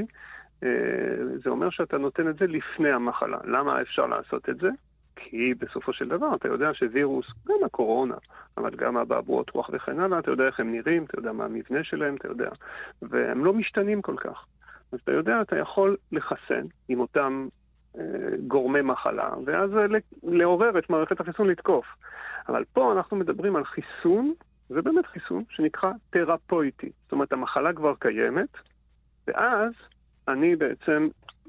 זה אומר שאתה נותן את זה לפני המחלה. למה אפשר לעשות את זה? כי בסופו של דבר אתה יודע שווירוס, גם הקורונה, אבל גם הבעבועות רוח וכן הלאה, אתה יודע איך הם נראים, אתה יודע מה המבנה שלהם, אתה יודע, והם לא משתנים כל כך. אז אתה יודע, אתה יכול לחסן עם אותם גורמי מחלה, ואז לעורר את מערכת החיסון לתקוף. אבל פה אנחנו מדברים על חיסון, זה באמת חיסון שנקרא תרפויטי. זאת אומרת, המחלה כבר קיימת, ואז אני בעצם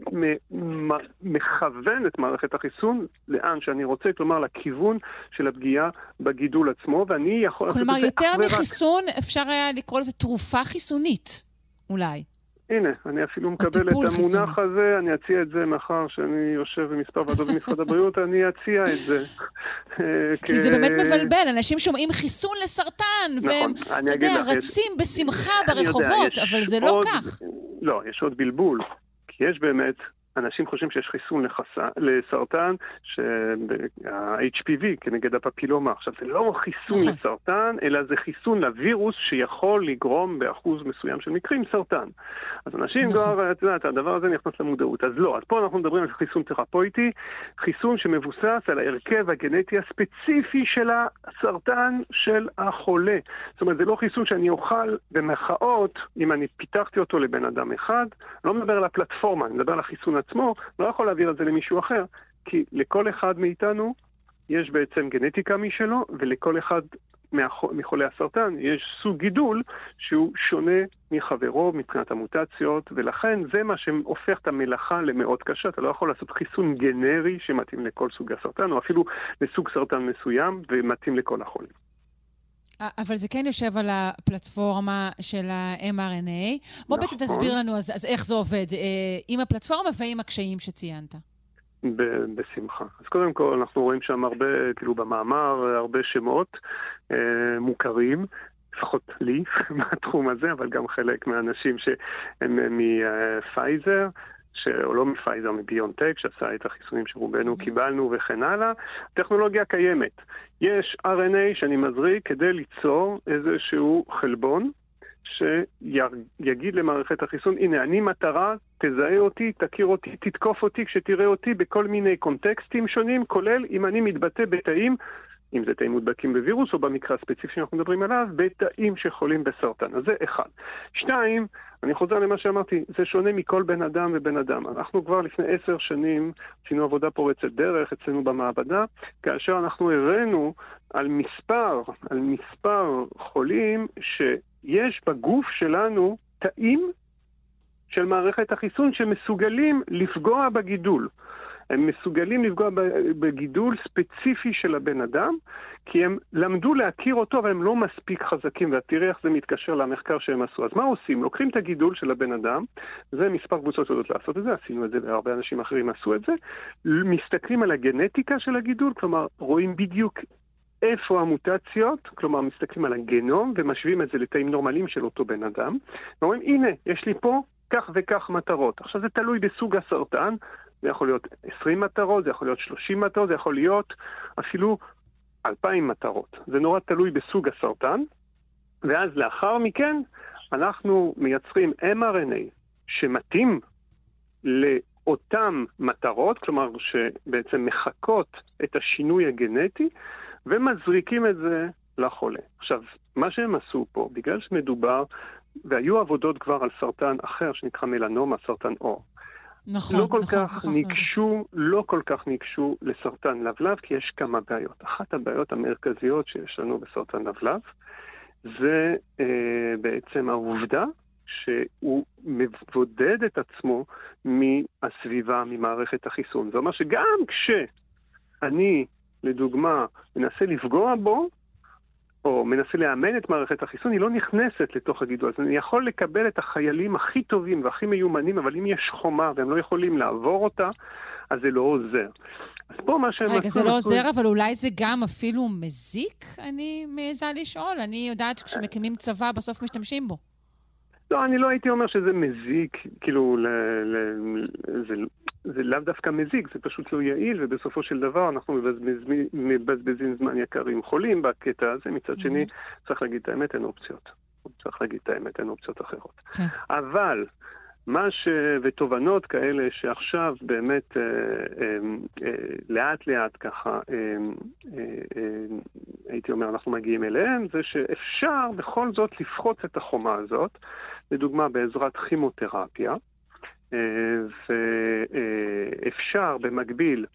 מכוון את מערכת החיסון לאן שאני רוצה, כלומר לכיוון של הפגיעה בגידול עצמו, ואני יכול... כלומר, יותר מחיסון אפשר היה לקרוא לזה תרופה חיסונית, אולי. הנה, אני אפילו מקבל את המונח הזה, אני אציע את זה מאחר שאני יושב במספר ועדות במשרד הבריאות, אני אציע את זה. כי זה באמת מבלבל, אנשים שומעים חיסון לסרטן, והם, אתה יודע, רצים בשמחה ברחובות, אבל זה לא כך. לא, יש עוד בלבול, כי יש באמת... אנשים חושבים שיש חיסון לסרטן, ה-HPV כנגד הפפילומה. עכשיו, זה לא חיסון לסרטן, אלא זה חיסון לווירוס שיכול לגרום באחוז מסוים של מקרים סרטן. אז אנשים כבר, את יודעת, הדבר הזה נכנס למודעות. אז לא, אז פה אנחנו מדברים על חיסון תרפויטי, חיסון שמבוסס על ההרכב הגנטי הספציפי של הסרטן של החולה. זאת אומרת, זה לא חיסון שאני אוכל במחאות, אם אני פיתחתי אותו לבן אדם אחד, לא מדבר על הפלטפורמה, אני מדבר על החיסון עצמו, לא יכול להעביר את זה למישהו אחר, כי לכל אחד מאיתנו יש בעצם גנטיקה משלו, ולכל אחד מחולי הסרטן יש סוג גידול שהוא שונה מחברו מבחינת המוטציות, ולכן זה מה שהופך את המלאכה למאוד קשה. אתה לא יכול לעשות חיסון גנרי שמתאים לכל סוג הסרטן, או אפילו לסוג סרטן מסוים ומתאים לכל החולים. אבל זה כן יושב על הפלטפורמה של ה-mRNA. בוא בעצם תסביר לנו אז איך זה עובד, עם הפלטפורמה ועם הקשיים שציינת. בשמחה. אז קודם כל אנחנו רואים שם הרבה, כאילו במאמר, הרבה שמות מוכרים, לפחות לי מהתחום הזה, אבל גם חלק מהאנשים שהם מפייזר, או לא מפייזר, מביונטק, שעשה את החיסונים שרובנו קיבלנו וכן הלאה. טכנולוגיה קיימת. יש RNA שאני מזריק כדי ליצור איזשהו חלבון, שיגיד למערכת החיסון, הנה, אני מטרה, תזהה אותי, תכיר אותי, תתקוף אותי כשתראה אותי בכל מיני קונטקסטים שונים, כולל אם אני מתבטא בתאים אם זה תאים מודבקים בווירוס, או במקרה הספציפי שאנחנו מדברים עליו, בתאים שחולים בסרטן. אז זה אחד. 2, אני חוזר למה שאמרתי, זה שונה מכל בן אדם ובן אדם. אנחנו כבר לפני 10 שנים עשינו עבודה פורצת דרך אצלנו במעבדה, כאשר אנחנו הראינו על מספר חולים שיש בגוף שלנו תאים של מערכת החיסון שמסוגלים לפגוע בגידול. הם מסוגלים לפגוע בגידול ספציפי של הבן אדם, כי הם למדו להכיר אותו, אבל הם לא מספיק חזקים, ותראה איך זה מתקשר למחקר שהם עשו. אז מה עושים? לוקחים את הגידול של הבן אדם, זה מספר קבוצות יודעות לעשות את זה, עשינו את זה והרבה אנשים אחרים עשו את זה, מסתכלים על הגנטיקה של הגידול, כלומר רואים בדיוק איפה המוטציות, כלומר מסתכלים על הגנום ומשווים את זה לתאים נורמליים של אותו בן אדם, ואומרים הנה, יש לי פה כך וכך מטרות. עכשיו זה תלוי בסוג הסרטן, זה יכול להיות 20 מטרות, זה יכול להיות 30 מטרות, זה יכול להיות אפילו 2,000 מטרות. זה נורא תלוי בסוג הסרטן, ואז לאחר מכן אנחנו מייצרים mRNA שמתאים לאותם מטרות, כלומר שבעצם מחקות את השינוי הגנטי, ומזריקים את זה לחולה. עכשיו, מה שהם עשו פה, בגלל שמדובר, והיו עבודות כבר על סרטן אחר שנקרא מלנומה, סרטן עור. נכון, לא כל כך ניגשו לסרטן לבלב, כי יש כמה בעיות. אחת הבעיות המרכזיות שיש לנו בסרטן לבלב, זה בעצם העובדה שהוא מבודד את עצמו מהסביבה, ממערכת החיסון. זאת אומרת שגם כשאני, לדוגמה, מנסה לפגוע בו, או מנסה לאמן את מערכת החיסון, היא לא נכנסת לתוך הגידול. אז אני יכול לקבל את החיילים הכי טובים והכי מיומנים, אבל אם יש חומה והם לא יכולים לעבור אותה, אז זה לא עוזר. אז פה מה שהם... רגע, זה לא עוזר, אבל אולי זה גם אפילו מזיק? אני מעיזה לשאול. אני יודעת שכשמקימים צבא, בסוף משתמשים בו. לא, אני לא הייתי אומר שזה מזיק, כאילו, זה לאו דווקא מזיק, זה פשוט לא יעיל, ובסופו של דבר אנחנו מבזבזים זמן יקרים חולים בקטע הזה. מצד שני, צריך להגיד את האמת, אין אופציות. אין אופציות אחרות. אבל ותובנות כאלה שעכשיו באמת לאט לאט ככה, הייתי אומר, אנחנו מגיעים אליהם, זה שאפשר בכל זאת לפחוץ את החומה הזאת, לדוגמה בעזרת כימותרפיה, ואפשר במקביל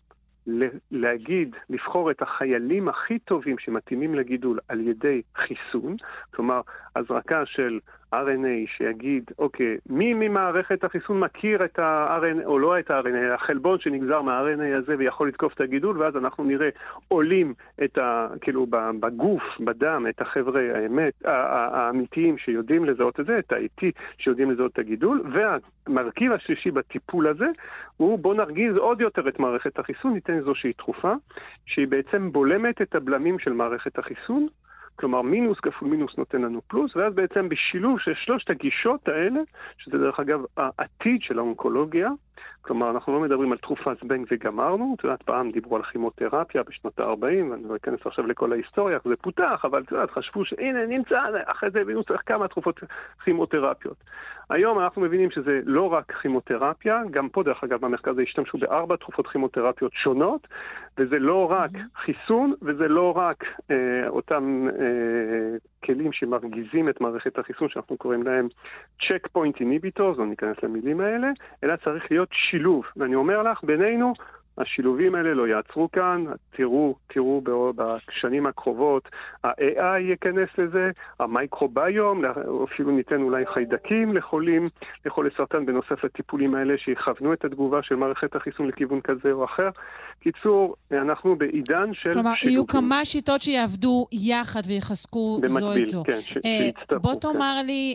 לבחור את החיילים הכי טובים שמתאימים לגידול על ידי חיסון, כלומר הזרקה של RNA שיגיד, אוקיי, מי ממערכת החיסון מכיר את ה-RNA, או לא את ה-RNA, החלבון שנגזר מה-RNA הזה ויכול לתקוף את הגידול, ואז אנחנו נראה עולים כאילו בגוף, בדם, את החבר'ה האמיתיים שיודעים לזהות את זה, את ה-IT שיודעים לזהות את הגידול, והמרכיב השלישי בטיפול הזה, הוא בוא נרגיז עוד יותר את מערכת החיסון, ניתן איזושהי תרופה, שהיא בעצם בולמת את הבלמים של מערכת החיסון, כלומר מינוס כפול מינוס נותן לנו פלוס, ואז בעצם בשילוב של שלושת הגישות האלה, שזה דרך אגב העתיד של האונקולוגיה, כלומר אנחנו לא מדברים על תרופת זבנג וגמרנו, את יודעת פעם דיברו על כימותרפיה בשנות ה-40, ואני לא אכנס עכשיו לכל ההיסטוריה, זה פותח, אבל את יודעת חשבו שהנה נמצא, אחרי זה הבינו צריך כמה תרופות כימותרפיות. היום אנחנו מבינים שזה לא רק כימותרפיה, גם פה דרך אגב במחקר הזה השתמשו ב4 תרופות כימותרפיות שונות, וזה לא רק חיסון, וזה לא רק אותם כלים שמרגיזים את מערכת החיסון, שאנחנו קוראים להם checkpoint inhibitors, לא ניכנס למילים האלה, אלא צריך להיות שילוב. ואני אומר לך, בינינו, השילובים האלה לא יעצרו כאן, תראו בשנים הקרובות, ה-AI ייכנס לזה, המייקרוביום, אפילו ניתן אולי חיידקים לחולי סרטן בנוסף לטיפולים האלה שיכוונו את התגובה של מערכת החיסון לכיוון כזה או אחר. קיצור, אנחנו בעידן של כלומר, יהיו כמה שיטות שיעבדו יחד ויחזקו זו את זו. כן, שיצטרכו. בוא תאמר לי,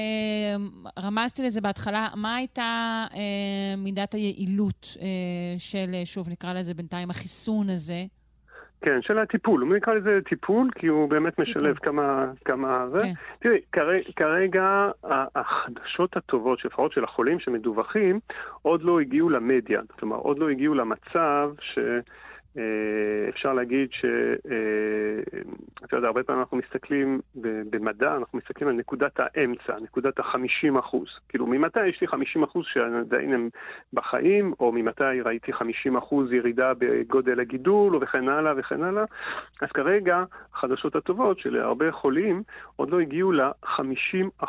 רמזתי לזה בהתחלה, מה הייתה מידת היעילות של, שוב נקרא לזה בינתיים, החיסון הזה? כן, של הטיפול. הוא נקרא לזה טיפול, כי הוא באמת משלב כמה זה. תראי, כרגע החדשות הטובות, לפחות של החולים שמדווחים, עוד לא הגיעו למדיה. כלומר, עוד לא הגיעו למצב אפשר להגיד אתה יודע, הרבה פעמים אנחנו מסתכלים במדע, אנחנו מסתכלים על נקודת האמצע, נקודת ה-50%. כאילו, ממתי יש לי 50% שעדיין הם בחיים, או ממתי ראיתי 50% ירידה בגודל הגידול, וכן הלאה וכן הלאה. אז כרגע, החדשות הטובות של הרבה חולים עוד לא הגיעו ל-50%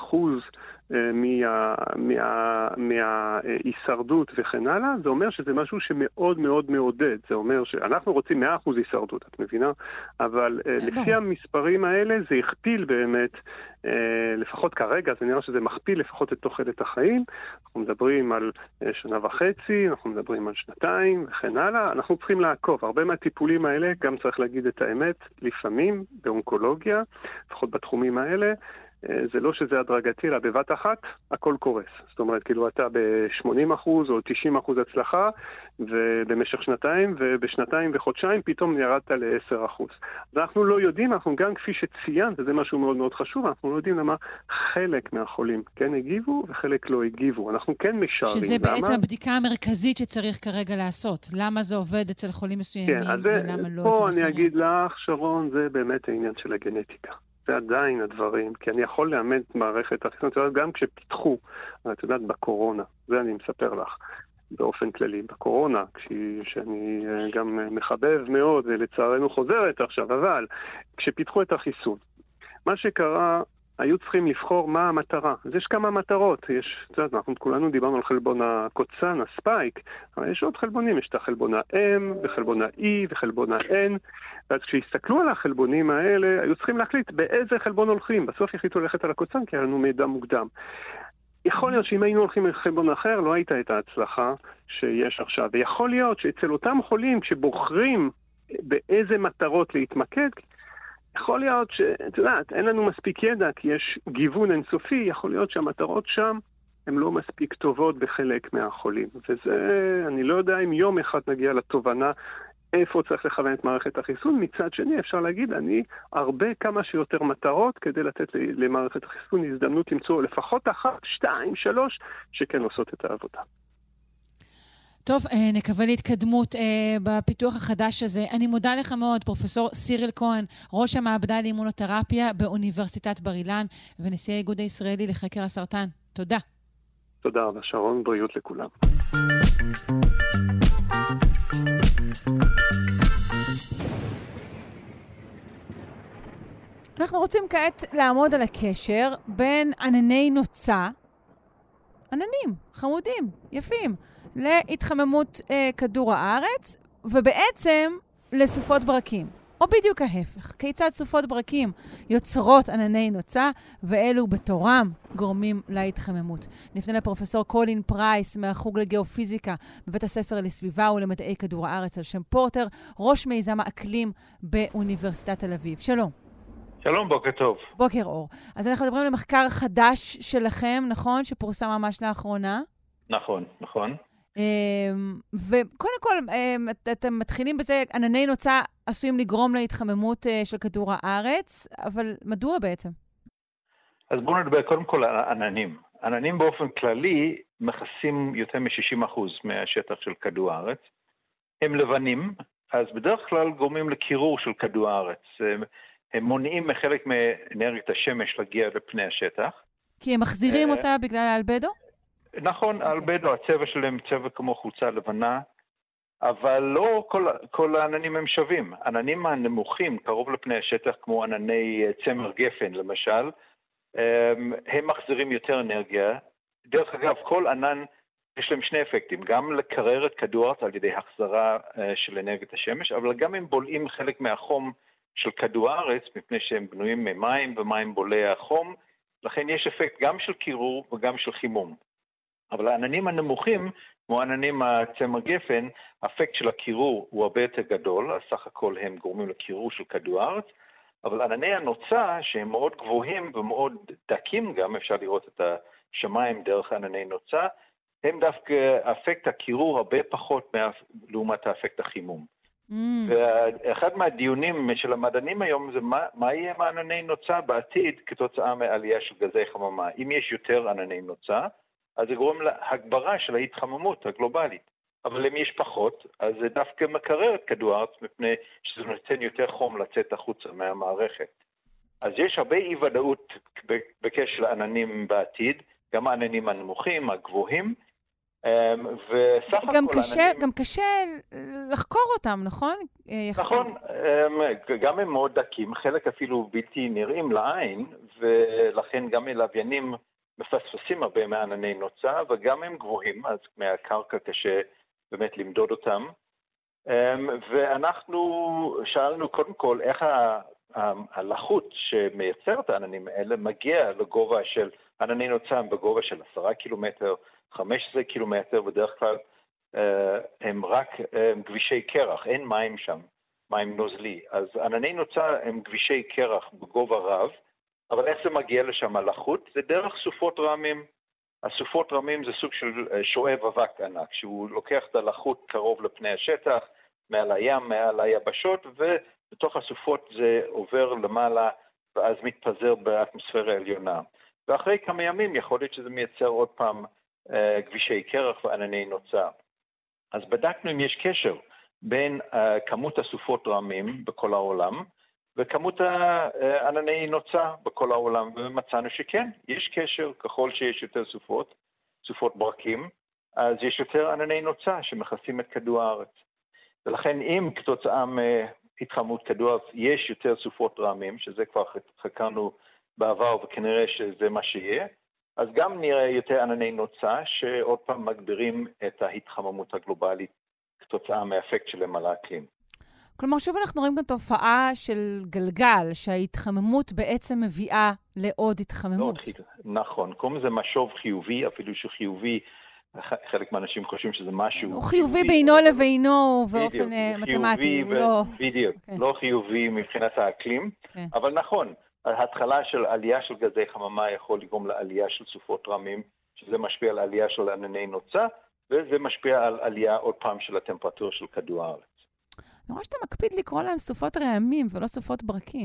מההישרדות וכן הלאה. זה אומר שזה משהו שמאוד מאוד מעודד. זה אומר שאנחנו רוצים 100% הישרדות, את מבינה? אבל לפי המספרים האלה זה הכפיל באמת, לפחות כרגע, זה נראה שזה מכפיל לפחות את תוחלת החיים. אנחנו מדברים על 1.5 שנה, אנחנו מדברים על 2 וכן הלאה. אנחנו צריכים לעקוב. הרבה מהטיפולים האלה, גם צריך להגיד את האמת, לפעמים באונקולוגיה, לפחות בתחומים האלה, זה לא שזה הדרגתי, אלא בבת אחת, הכל קורס. זאת אומרת, כאילו אתה ב-80% או 90% הצלחה, ובמשך 2 ובשנתיים וחודשיים פתאום ירדת ל-10%. אז אנחנו לא יודעים, אנחנו גם כפי שציינת, וזה משהו מאוד מאוד חשוב, אנחנו לא יודעים למה חלק מהחולים כן הגיבו וחלק לא הגיבו. אנחנו כן משערים. שזה בעצם הבדיקה המרכזית שצריך כרגע לעשות. למה זה עובד אצל חולים מסוימים ולמה לא אצל פה אחרים? אני אגיד לך, שרון, זה באמת העניין של הגנטיקה. זה עדיין הדברים, כי אני יכול לאמן את מערכת החיסון, גם כשפיתחו, את יודעת, בקורונה, זה אני מספר לך, באופן כללי, בקורונה, שאני גם מחבב מאוד, ולצערנו חוזרת עכשיו, אבל כשפיתחו את החיסון, מה שקרה, היו צריכים לבחור מה המטרה. אז יש כמה מטרות. אנחנו כולנו דיברנו על חלבון הקוצן, הספייק, אבל יש עוד חלבונים. יש את החלבון ה-M, וחלבון ה-E, וחלבון ה-N. ואז כשהסתכלו על החלבונים האלה, היו צריכים להחליט באיזה חלבון הולכים. בסוף החליטו ללכת על הקוצן, כי היה לנו מידע מוקדם. יכול להיות שאם היינו הולכים לחלבון אחר, לא הייתה את ההצלחה שיש עכשיו. ויכול להיות שאצל אותם חולים, כשבוחרים באיזה מטרות להתמקד, יכול להיות שאת יודעת, אין לנו מספיק ידע, כי יש גיוון אינסופי, יכול להיות שהמטרות שם הן לא מספיק טובות בחלק מהחולים. וזה, אני לא יודע אם יום אחד נגיע לתובנה איפה צריך לכוון את מערכת החיסון. מצד שני, אפשר להגיד, אני הרבה כמה שיותר מטרות כדי לתת למערכת החיסון הזדמנות למצוא לפחות 1, 2, 3 שכן עושות את העבודה. טוב, נקווה להתקדמות בפיתוח החדש הזה. אני מודה לך מאוד, פרופסור סיריל כהן, ראש המעבדה לאימונותרפיה באוניברסיטת בר אילן, ונשיא האיגוד הישראלי לחקר הסרטן. תודה. תודה רבה, שרון, בריאות לכולם. אנחנו רוצים כעת לעמוד על הקשר בין ענני נוצה, עננים, חמודים, יפים, להתחממות כדור הארץ, ובעצם לסופות ברקים. או בדיוק ההפך. כיצד סופות ברקים יוצרות ענני נוצה, ואלו בתורם גורמים להתחממות. נפנה לפרופסור קולין פרייס מהחוג לגיאופיזיקה בבית הספר לסביבה ולמדעי כדור הארץ על שם פורטר, ראש מיזם האקלים באוניברסיטת תל אביב. שלום. שלום, בוקר טוב. בוקר אור. אז אנחנו מדברים על מחקר חדש שלכם, נכון? שפורסם ממש לאחרונה. נכון, נכון. וקודם כל, אתם מתחילים בזה, ענני נוצה עשויים לגרום להתחממות של כדור הארץ, אבל מדוע בעצם? אז בואו נדבר קודם כל על עננים. עננים באופן כללי מכסים יותר מ-60% מהשטח של כדור הארץ. הם לבנים, אז בדרך כלל גורמים לקירור של כדור הארץ. הם מונעים מחלק מאנרגיית השמש להגיע לפני השטח. כי הם מחזירים אותה בגלל האלבדו? נכון, האלבדו, הצבע שלהם צבע כמו חולצה לבנה, אבל לא כל העננים הם שווים. העננים הנמוכים, קרוב לפני השטח, כמו ענני צמר גפן למשל, הם מחזירים יותר אנרגיה. דרך אגב, כל ענן יש להם שני אפקטים, גם לקרר את כדור הארץ על ידי החזרה של אנרגיית השמש, אבל גם הם בולעים חלק מהחום של כדור הארץ, מפני שהם בנויים ממים ומים בולע החום, לכן יש אפקט גם של קירור וגם של חימום. אבל העננים הנמוכים, כמו העננים הצמר גפן, האפקט של הקירור הוא הרבה יותר גדול, אז סך הכל הם גורמים לקירור של כדור הארץ, אבל ענני הנוצה, שהם מאוד גבוהים ומאוד דקים גם, אפשר לראות את השמיים דרך ענני נוצה, הם דווקא אפקט הקירור הרבה פחות לעומת האפקט החימום. ואחד מהדיונים של המדענים היום זה מה יהיה עם ענני נוצה בעתיד כתוצאה מעלייה של גזי חממה. אם יש יותר ענני נוצה, אז זה גורם להגברה של ההתחממות הגלובלית. אבל אם יש פחות, אז זה דווקא מקרר את כדור הארץ, מפני שזה נותן יותר חום לצאת החוצה מהמערכת. אז יש הרבה אי-ודאות בקשר לעננים בעתיד, גם העננים הנמוכים, הגבוהים, וסך הכל העננים... גם קשה לחקור אותם, נכון? נכון, גם הם מאוד דקים, חלק אפילו בלתי נראים לעין, ולכן גם מלוויינים מפספסים הרבה מענני נוצה, וגם הם גבוהים, אז מהקרקע קשה באמת למדוד אותם. ואנחנו שאלנו קודם כל איך הלחות שמייצר את העננים האלה מגיע לגובה של ענני נוצה בגובה של 10 קילומטר, 15 קילומטר, בדרך כלל הם רק גבישי קרח, אין מים שם, מים נוזלי. אז ענני נוצה הם גבישי קרח בגובה רב, אבל איך זה מגיע לשם הלחות? זה דרך סופות רעמים. הסופות רעמים זה סוג של שואב אבק ענק, שהוא לוקח את הלחות קרוב לפני השטח, מעל הים, מעל היבשות, ובתוך הסופות זה עובר למעלה, ואז מתפזר באטמוספירה העליונה. ואחרי כמה ימים יכול להיות שזה מייצר עוד פעם גבישי קרח וענני נוצה. אז בדקנו אם יש קשר בין כמות הסופות רעמים בכל העולם, וכמות הענני נוצה בכל העולם, ומצאנו שכן, יש קשר, ככל שיש יותר סופות ברקים, אז יש יותר ענני נוצה שמכסים את כדור הארץ. ולכן אם כתוצאה מהתחממות כדור הארץ יש יותר סופות רעמים, שזה כבר חקרנו בעבר וכנראה שזה מה שיהיה, אז גם נראה יותר ענני נוצה שעוד פעם מגבירים את ההתחממות הגלובלית כתוצאה מהאפקט שלהם על האקלים. כלומר, שוב אנחנו רואים גם תופעה של גלגל, שההתחממות בעצם מביאה לעוד התחממות. נכון, קוראים לזה משוב חיובי, אפילו שחיובי, חלק מהאנשים חושבים שזה משהו... הוא חיובי בינו לבינו באופן מתמטי, הוא לא... בדיוק, לא חיובי מבחינת האקלים, אבל נכון, ההתחלה של עלייה של גזי חממה יכול לגרום לעלייה של סופות רעמים, שזה משפיע על עלייה של ענני נוצה, וזה משפיע על עלייה עוד פעם של הטמפרטורה של כדור הארץ. אני רואה שאתה מקפיד לקרוא להם סופות רעמים ולא סופות ברקים.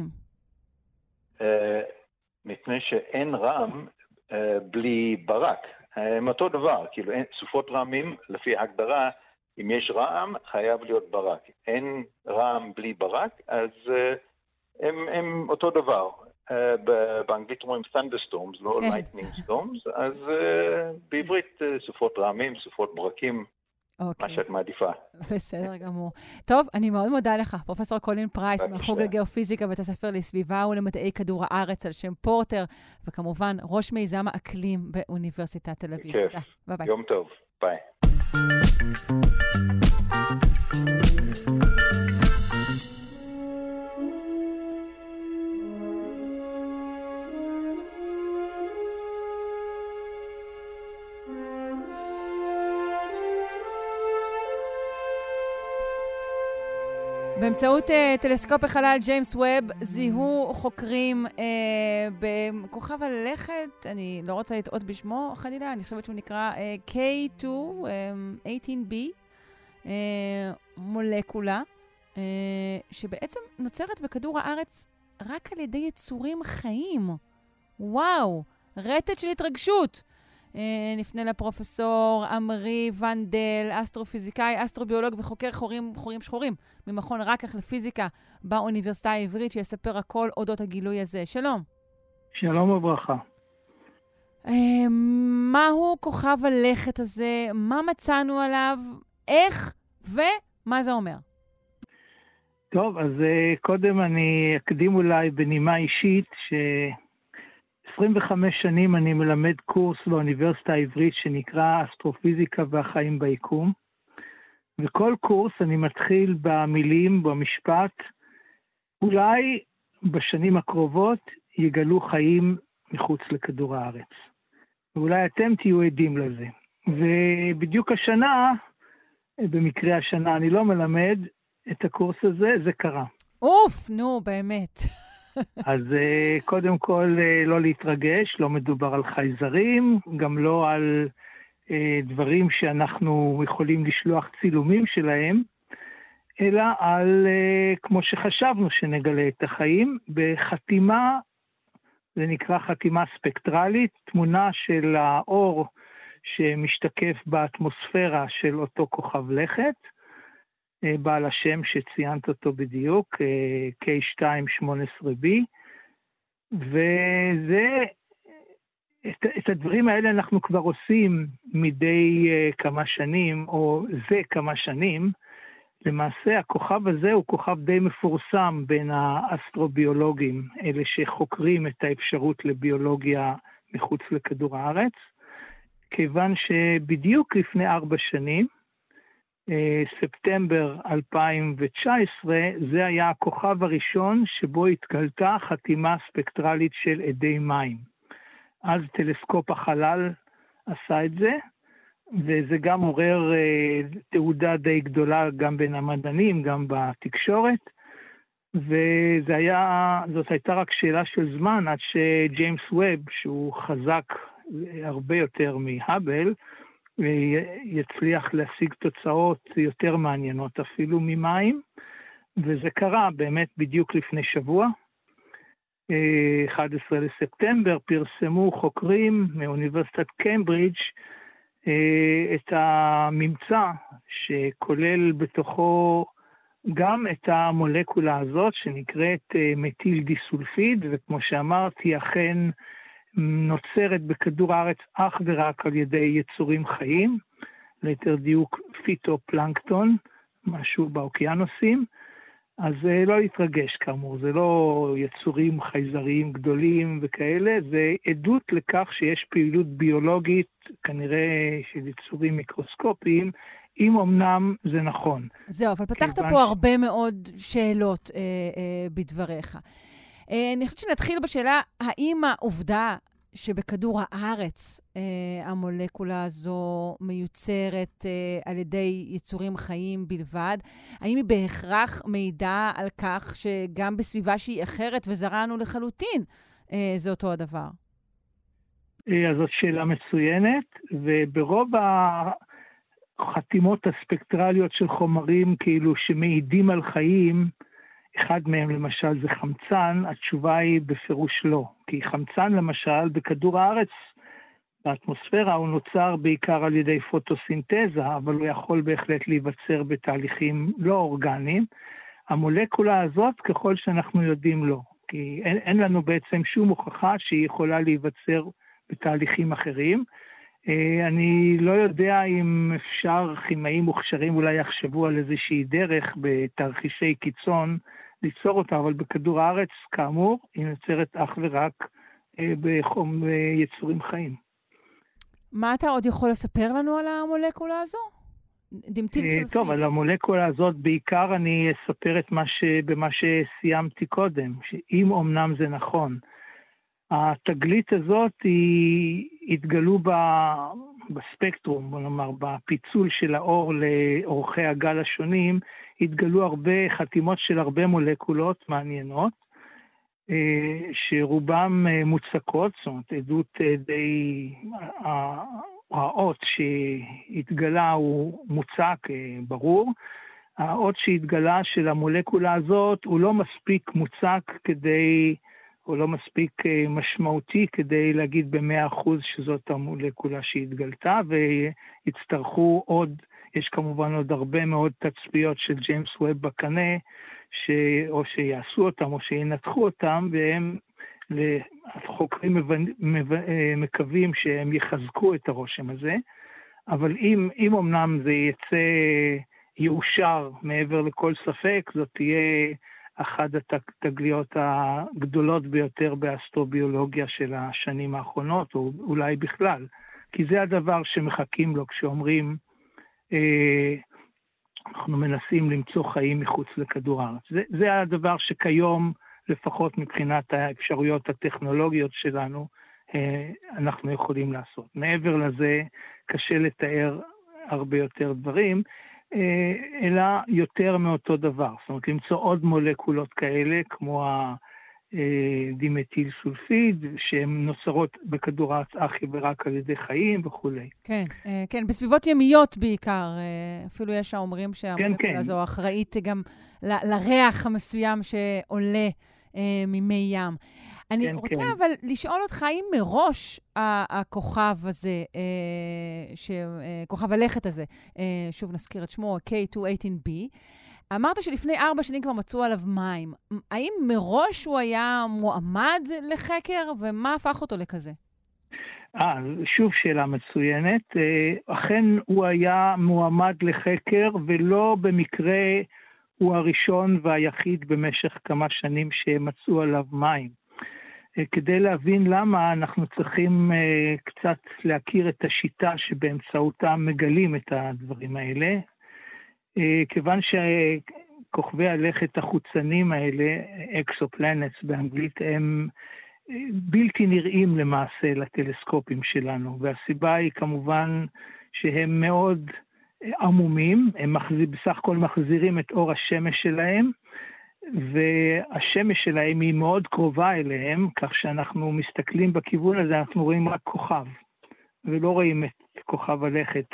מפני שאין רעם בלי ברק. הם אותו דבר, כאילו סופות רעמים, לפי ההגדרה, אם יש רעם, חייב להיות ברק. אין רעם בלי ברק, אז הם אותו דבר. באנגלית אומרים thunderstorms, לא lightning storms, אז בעברית סופות רעמים, סופות ברקים, מה שאת מעדיפה. בסדר גמור. טוב, אני מאוד מודה לך, פרופסור קולין פרייס, מהחוג לגיאופיזיקה בית הספר לסביבה ולמדעי כדור הארץ על שם פורטר, וכמובן ראש מיזם האקלים באוניברסיטת תל אביב. כיף. ביי. יום טוב. ביי. באמצעות טלסקופ החלל ג'יימס ווב זיהו חוקרים בכוכב הלכת, אני לא רוצה לטעות בשמו חלילה, אני חושבת שהוא נקרא K2 18b, מולקולה שבעצם נוצרת בכדור הארץ רק על ידי יצורים חיים. וואו, רטט של התרגשות. נפנה לפרופסור אמרי ונדל, אסטרופיזיקאי, אסטרוביולוג וחוקר חורים שחורים ממכון רקח לפיזיקה באוניברסיטה העברית, שיספר הכל אודות הגילוי הזה. שלום. שלום וברכה. מהו כוכב הלכת הזה? מה מצאנו עליו? איך ומה זה אומר? טוב, אז קודם אני אקדים אולי בנימה אישית 25 שנים אני מלמד קורס באוניברסיטה העברית שנקרא אסטרופיזיקה והחיים ביקום. וכל קורס אני מתחיל במילים, במשפט, אולי בשנים הקרובות יגלו חיים מחוץ לכדור הארץ. ואולי אתם תהיו עדים לזה. ובדיוק השנה, במקרה השנה אני לא מלמד את הקורס הזה, זה קרה. אוף, נו, באמת. אז קודם כל לא להתרגש, לא מדובר על חייזרים, גם לא על דברים שאנחנו יכולים לשלוח צילומים שלהם, אלא על, כמו שחשבנו שנגלה את החיים, בחתימה, זה נקרא חתימה ספקטרלית, תמונה של האור שמשתקף באטמוספירה של אותו כוכב לכת, בעל השם שציינת אותו בדיוק, K2-18b, את הדברים האלה אנחנו כבר עושים מדי כמה שנים, או זה כמה שנים. למעשה הכוכב הזה הוא כוכב די מפורסם בין האסטרוביולוגים, אלה שחוקרים את האפשרות לביולוגיה מחוץ לכדור הארץ, כיוון שבדיוק לפני 4 שנים, ספטמבר 2019, זה היה הכוכב הראשון שבו התגלתה חתימה ספקטרלית של אדי מים. אז טלסקופ החלל עשה את זה, וזה גם עורר תעודה די גדולה גם בין המדענים, גם בתקשורת, זאת הייתה רק שאלה של זמן עד שג'יימס ווב, שהוא חזק הרבה יותר מהאבל, יצליח להשיג תוצאות יותר מעניינות אפילו ממים, וזה קרה באמת בדיוק לפני שבוע. 11 לספטמבר פרסמו חוקרים מאוניברסיטת קיימברידג' את הממצא שכולל בתוכו גם את המולקולה הזאת שנקראת מטיל דיסולפיד, וכמו שאמרתי, אכן נוצרת בכדור הארץ אך ורק על ידי יצורים חיים, ליתר דיוק פיטופלנקטון, משהו באוקיינוסים. אז לא להתרגש כאמור, זה לא יצורים חייזריים גדולים וכאלה, זה עדות לכך שיש פעילות ביולוגית, כנראה של יצורים מיקרוסקופיים, אם אמנם זה נכון. זהו, אבל פתחת פה הרבה מאוד שאלות בדבריך. אני חושבת שנתחיל בשאלה, האם העובדה שבכדור הארץ המולקולה הזו מיוצרת על ידי יצורים חיים בלבד, האם היא בהכרח מעידה על כך שגם בסביבה שהיא אחרת וזרענו לחלוטין זה אותו הדבר? אז זאת שאלה מצוינת, וברוב החתימות הספקטרליות של חומרים כאילו שמעידים על חיים, אחד מהם למשל זה חמצן, התשובה היא בפירוש לא. כי חמצן למשל בכדור הארץ, באטמוספירה הוא נוצר בעיקר על ידי פוטוסינתזה, אבל הוא יכול בהחלט להיווצר בתהליכים לא אורגניים. המולקולה הזאת ככל שאנחנו יודעים לא. כי אין לנו בעצם שום הוכחה שהיא יכולה להיווצר בתהליכים אחרים. אני לא יודע אם אפשר, כימאים מוכשרים אולי יחשבו על איזושהי דרך בתרחישי קיצון ליצור אותה, אבל בכדור הארץ, כאמור, היא נוצרת אך ורק בחום יצורים חיים. מה אתה עוד יכול לספר לנו על המולקולה הזו? דמתיל סולפיד. טוב, על המולקולה הזאת בעיקר אני אספר במה שסיימתי קודם, שאם אמנם זה נכון, התגלית הזאת התגלו בספקטרום, בוא נאמר, בפיצול של האור לאורכי הגל השונים, התגלו הרבה חתימות של הרבה מולקולות מעניינות, שרובם מוצקות, זאת אומרת, עדות די, האות שהתגלה הוא מוצק, ברור. האות שהתגלה של המולקולה הזאת הוא לא מספיק מוצק או לא מספיק משמעותי כדי להגיד ב100% שזאת המולקולה שהתגלתה, והצטרכו עוד, יש כמובן עוד הרבה מאוד תצפיות של ג'יימס ווב בקנה, או שיעשו אותם או שינתחו אותם, והם, החוקרים מקווים שהם יחזקו את הרושם הזה, אבל אם אמנם זה יאושר מעבר לכל ספק, זאת תהיה אחת התגליות הגדולות ביותר באסטרוביולוגיה של השנים האחרונות, או אולי בכלל, כי זה הדבר שמחכים לו כשאומרים, אנחנו מנסים למצוא חיים מחוץ לכדור הארץ. זה הדבר שכיום, לפחות מבחינת האפשרויות הטכנולוגיות שלנו, אנחנו יכולים לעשות. מעבר לזה, קשה לתאר הרבה יותר דברים, אלא יותר מאותו דבר. זאת אומרת, למצוא עוד מולקולות כאלה, כמו הדימתיל סולפיד, שהן נוצרות בכדור הארץ אך ורק על ידי חיים וכו'. כן, כן, בסביבות ימיות בעיקר. אפילו יש האומרים שהמולקולה הזו אחראית גם לריח המסוים שעולה ממי ים. אני רוצה אבל לשאול אותך, האם מראש הכוכב הזה, כוכב הלכת הזה, שוב נזכיר את שמו, K218b, אמרת שלפני 4 שנים כבר מצאו עליו מים. האם מראש הוא היה מועמד לחקר, ומה הפך אותו לכזה? שוב שאלה מצוינת. אכן הוא היה מועמד לחקר, ולא במקרה הוא הראשון והיחיד במשך כמה שנים שמצאו עליו מים. כדי להבין למה אנחנו צריכים קצת להכיר את השיטה שבאמצעותה מגלים את הדברים האלה. כיוון שכוכבי הלכת החוצנים האלה, אקסופלנטס באנגלית, הם בלתי נראים למעשה לטלסקופים שלנו, והסיבה היא כמובן שהם מאוד עמומים, הם בסך הכל מחזירים את אור השמש שלהם, והשמש שלהם היא מאוד קרובה אליהם, כך שאנחנו מסתכלים בכיוון הזה, אנחנו רואים רק כוכב, ולא רואים את כוכב הלכת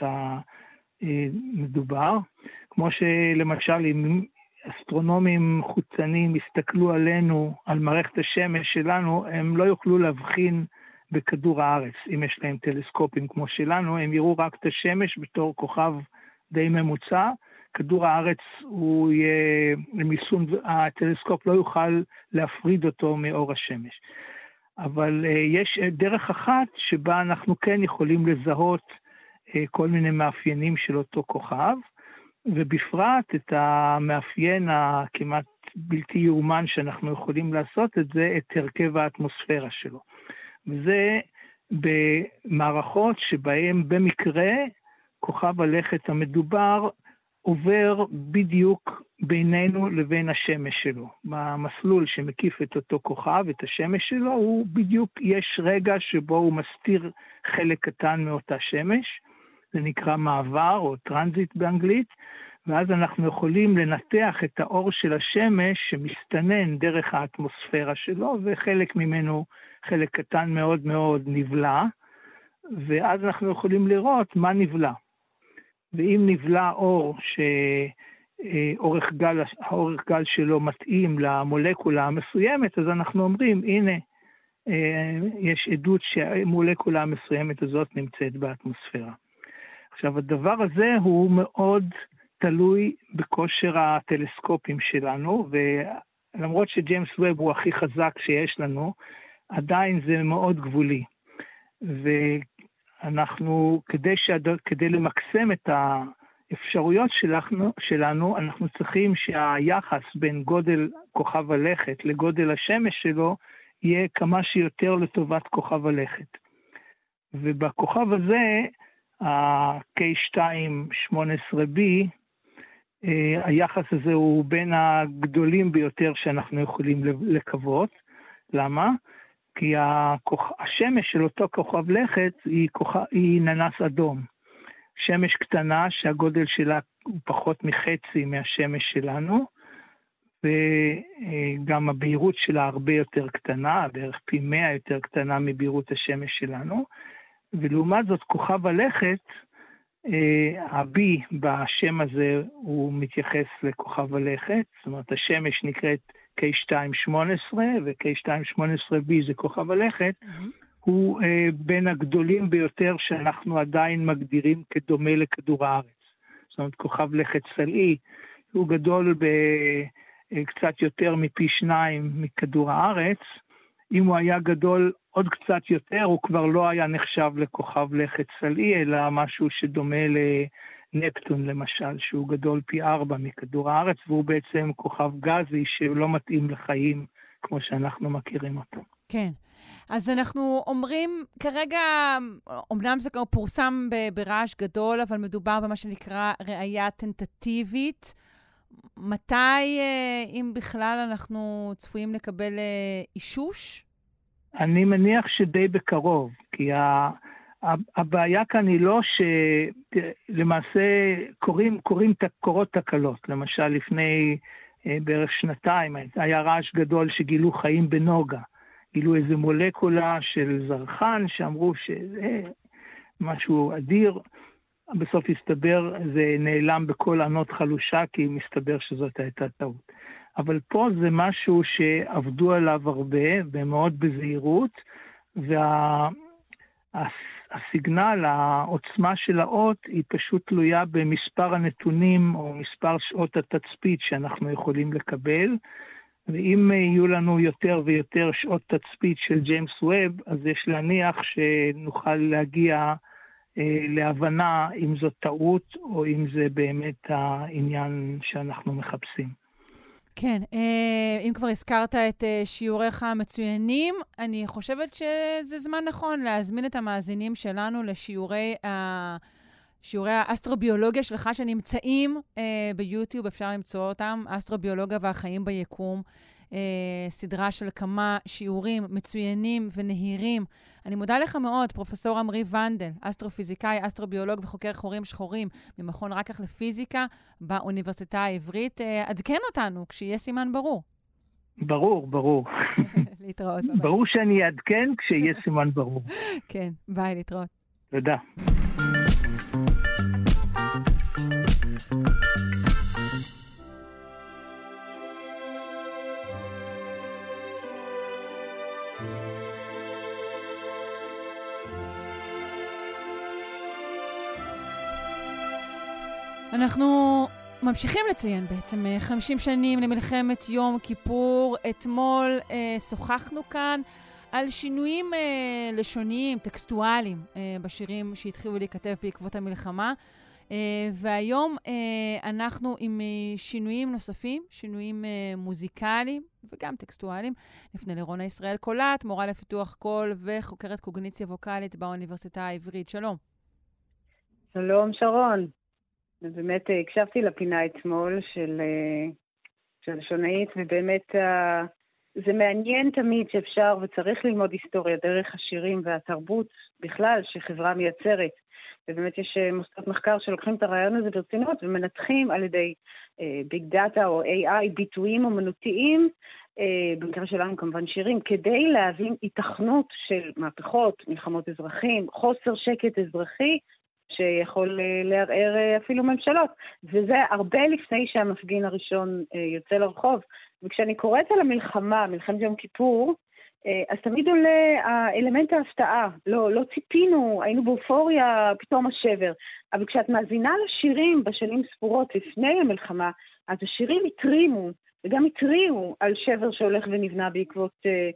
המדובר. כמו שלמשל, אם אסטרונומים חוצנים יסתכלו עלינו, על מערכת השמש שלנו, הם לא יוכלו להבחין בכדור הארץ. אם יש להם טלסקופים כמו שלנו, הם יראו רק את השמש בתור כוכב די ממוצע. כדור הארץ הוא יהיה, הטלסקופ לא יוכל להפריד אותו מאור השמש. אבל יש דרך אחת שבה אנחנו כן יכולים לזהות כל מיני מאפיינים של אותו כוכב, ובפרט את המאפיין הכמעט בלתי יאומן שאנחנו יכולים לעשות את זה, את הרכב האטמוספירה שלו. וזה במערכות שבהם במקרה כוכב הלכת המדובר עובר בדיוק בינינו לבין השמש שלו. במסלול שמקיף את אותו כוכב, את השמש שלו, הוא בדיוק, יש רגע שבו הוא מסתיר חלק קטן מאותה שמש, זה נקרא מעבר או טרנזיט באנגלית, ואז אנחנו יכולים לנתח את האור של השמש שמסתנן דרך האטמוספירה שלו, וחלק ממנו, חלק קטן מאוד מאוד נבלע, ואז אנחנו יכולים לראות מה נבלע. ואם נבלע אור שהאורך גל שלו מתאים למולקולה המסוימת, אז אנחנו אומרים, הנה, יש עדות שהמולקולה המסוימת הזאת נמצאת באטמוספירה. עכשיו, הדבר הזה הוא מאוד תלוי בכושר הטלסקופים שלנו, ולמרות שג'יימס ווב הוא הכי חזק שיש לנו, עדיין זה מאוד גבולי. ואנחנו, כדי למקסם את האפשרויות שלנו, אנחנו צריכים שהיחס בין גודל כוכב הלכת לגודל השמש שלו, יהיה כמה שיותר לטובת כוכב הלכת. ובכוכב הזה, ה-K218b, היחס הזה הוא בין הגדולים ביותר שאנחנו יכולים לקוות. למה? כי השמש של אותו כוכב לכת היא ננס אדום. שמש קטנה שהגודל שלה הוא פחות מחצי מהשמש שלנו, וגם הבהירות שלה הרבה יותר קטנה, בערך פי 100 יותר קטנה מבהירות השמש שלנו, ולעומת זאת כוכב הלכת, ה-B בשם הזה הוא מתייחס לכוכב הלכת, זאת אומרת השמש נקראת K218, ו-K218b זה כוכב הלכת, הוא בין הגדולים ביותר שאנחנו עדיין מגדירים כדומה לכדור הארץ. זאת אומרת כוכב לכת סלעי, הוא גדול קצת יותר מפי 2 מכדור הארץ. אם הוא היה גדול עוד קצת יותר, הוא כבר לא היה נחשב לכוכב לכת סלעי, אלא משהו שדומה לנפטון למשל, שהוא גדול פי 4 מכדור הארץ, והוא בעצם כוכב גזי שלא מתאים לחיים כמו שאנחנו מכירים אותו. כן. אז אנחנו אומרים, כרגע, אומנם זה פורסם ברעש גדול, אבל מדובר במה שנקרא ראייה טנטטיבית. מתי, אם בכלל, אנחנו צפויים לקבל אישוש? אני מניח שדי בקרוב, כי הבעיה כאן היא לא שלמעשה קורות תקלות. למשל, לפני בערך שנתיים היה רעש גדול שגילו חיים בנוגה. גילו איזו מולקולה של זרחן שאמרו שזה משהו אדיר. בסוף הסתבר, זה נעלם בכל ענות חלושה, כי מסתבר שזאת הייתה טעות. אבל פה זה משהו שעבדו עליו הרבה ומאוד בזהירות, הסיגנל, העוצמה של האות היא פשוט תלויה במספר הנתונים או מספר שעות התצפית שאנחנו יכולים לקבל, ואם יהיו לנו יותר ויותר שעות תצפית של ג'יימס ווב, אז יש להניח שנוכל להגיע להבנה אם זו טעות או אם זה באמת העניין שאנחנו מחפשים. כן, אם כבר הזכרת את שיעוריך המצוינים, אני חושבת שזה זמן נכון להזמין את המאזינים שלנו לשיעורי האסטרוביולוגיה שלך שנמצאים ביוטיוב, אפשר למצוא אותם, אסטרוביולוגיה והחיים ביקום, סדרה של כמה שיעורים מצוינים ונהירים. אני מודה לך מאוד, פרופסור עמרי ונדל, אסטרופיזיקאי, אסטרוביולוג וחוקר חורים שחורים ממכון רקח לפיזיקה באוניברסיטה העברית. עדכן אותנו כשיהיה סימן ברור. ברור. להתראות. ברור שאני אעדכן כשיהיה סימן ברור. כן, ביי, להתראות. תודה. אנחנו ממשיכים לציין בעצם 50 שנים למלחמת יום כיפור. אתמול שוחחנו כאן על שינויים לשוניים, טקסטואליים, בשירים שהתחילו להיכתב בעקבות המלחמה. והיום אנחנו עם שינויים נוספים, שינויים מוזיקליים וגם טקסטואליים. נפנה לרונה ישראל קולט, מורה לפיתוח קול וחוקרת קוגניציה ווקלית באוניברסיטה העברית. שלום. שלום שרון. באמת הקשבתי לפינה אתמול של שונאית, ובאמת זה מעניין תמיד שאפשר וצריך ללמוד היסטוריה דרך השירים והתרבות בכלל שחברה מייצרת. ובאמת יש מוסדות מחקר שלוקחים את הרעיון הזה ברצינות ומנתחים על ידי ביג דאטה או AI ביטויים אומנותיים, במקרה שלנו כמובן שירים, כדי להבין התכנות של מהפכות, מלחמות אזרחים, חוסר שקט אזרחי, שיכול לערער אפילו ממשלות. וזה הרבה לפני שהמפגין הראשון יוצא לרחוב. וכשאני קוראת על המלחמה, מלחמת יום כיפור, אז תמיד עולה האלמנט ההפתעה. לא ציפינו, היינו באופוריה, פתאום השבר. אבל כשאת מאזינה לשירים בשנים ספורות לפני המלחמה, אז השירים התרימו, וגם התריעו על שבר שהולך ונבנה בעקבות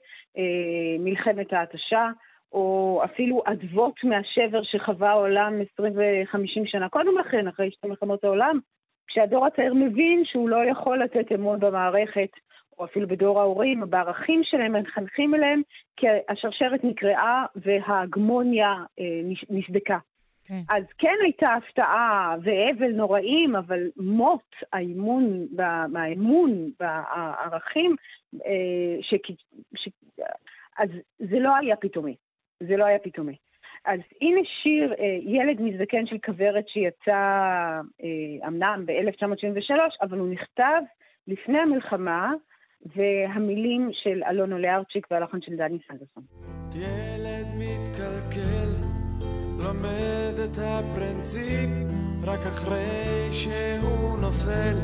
מלחמת ההתשה, או אפילו עדבות מהשבר שחווה העולם 20 ו-50 שנה קודם לכן, אחרי שתי מלחמות העולם, כשהדור הצעיר מבין שהוא לא יכול לתת אמון במערכת, או אפילו בדור ההורים, בערכים שלהם, מחנכים אליהם, כי השרשרת נקראה וההגמוניה נסדקה. אז כן הייתה הפתעה ואבל נוראים, אבל מות האמון, מהאמון בערכים, אז זה לא היה פתאומי. זה לא היה פתאומי. אז הנה שיר ילד מזדקן של כברת שיצא אמנם ב-1973, אבל הוא נכתב לפני המלחמה, והמילים של אלונו לארצ'יק והלחן של דני סנדרסון. ילד מתקלקל, לומד את הפרינציפ, רק אחרי שהוא נופל,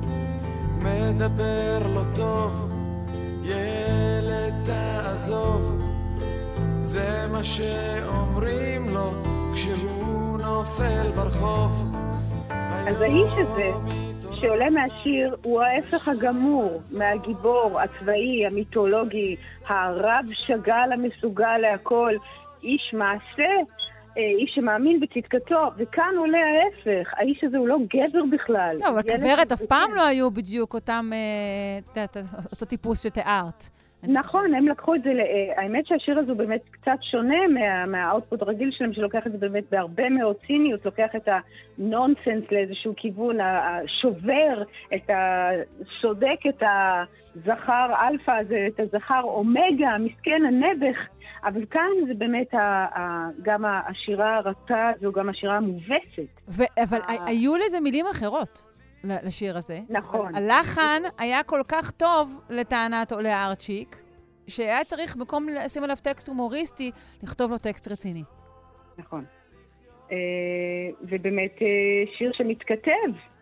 מדבר לא טוב, ילד תעזוב, זה מה שאומרים לו כשהוא נופל ברחוב. אז האיש הזה שעולה מהשיר הוא ההפך הגמור מהגיבור הצבאי, המיתולוגי, הרב שגל המסוגל להכל, איש מעשה, איש שמאמין בצדקתו, וכאן עולה ההפך, האיש הזה הוא לא גבר בכלל. לא, אבל כברת אף פעם לא היו בדיוק אותם, אותו טיפוס שתיארת. נכון, הם לקחו את זה, האמת שהשיר הזה הוא באמת קצת שונה מהאוטפוט הרגיל שלהם, שלוקח את זה באמת בהרבה מאוד ציניות, לוקח את הנונסנס לאיזשהו כיוון, השובר, סודק את הזכר אלפא הזה, את הזכר אומגה, המסכן הנבח, אבל כאן זה באמת גם השירה הרכה, זו גם השירה המובסת. אבל היו לזה מילים אחרות. לשיר הזה. נכון. הלחן היה כל כך טוב לטענת עולה ארצ'יק, שהיה צריך במקום לשים עליו טקסט הומוריסטי, לכתוב לו טקסט רציני. נכון. ובאמת שיר שמתכתב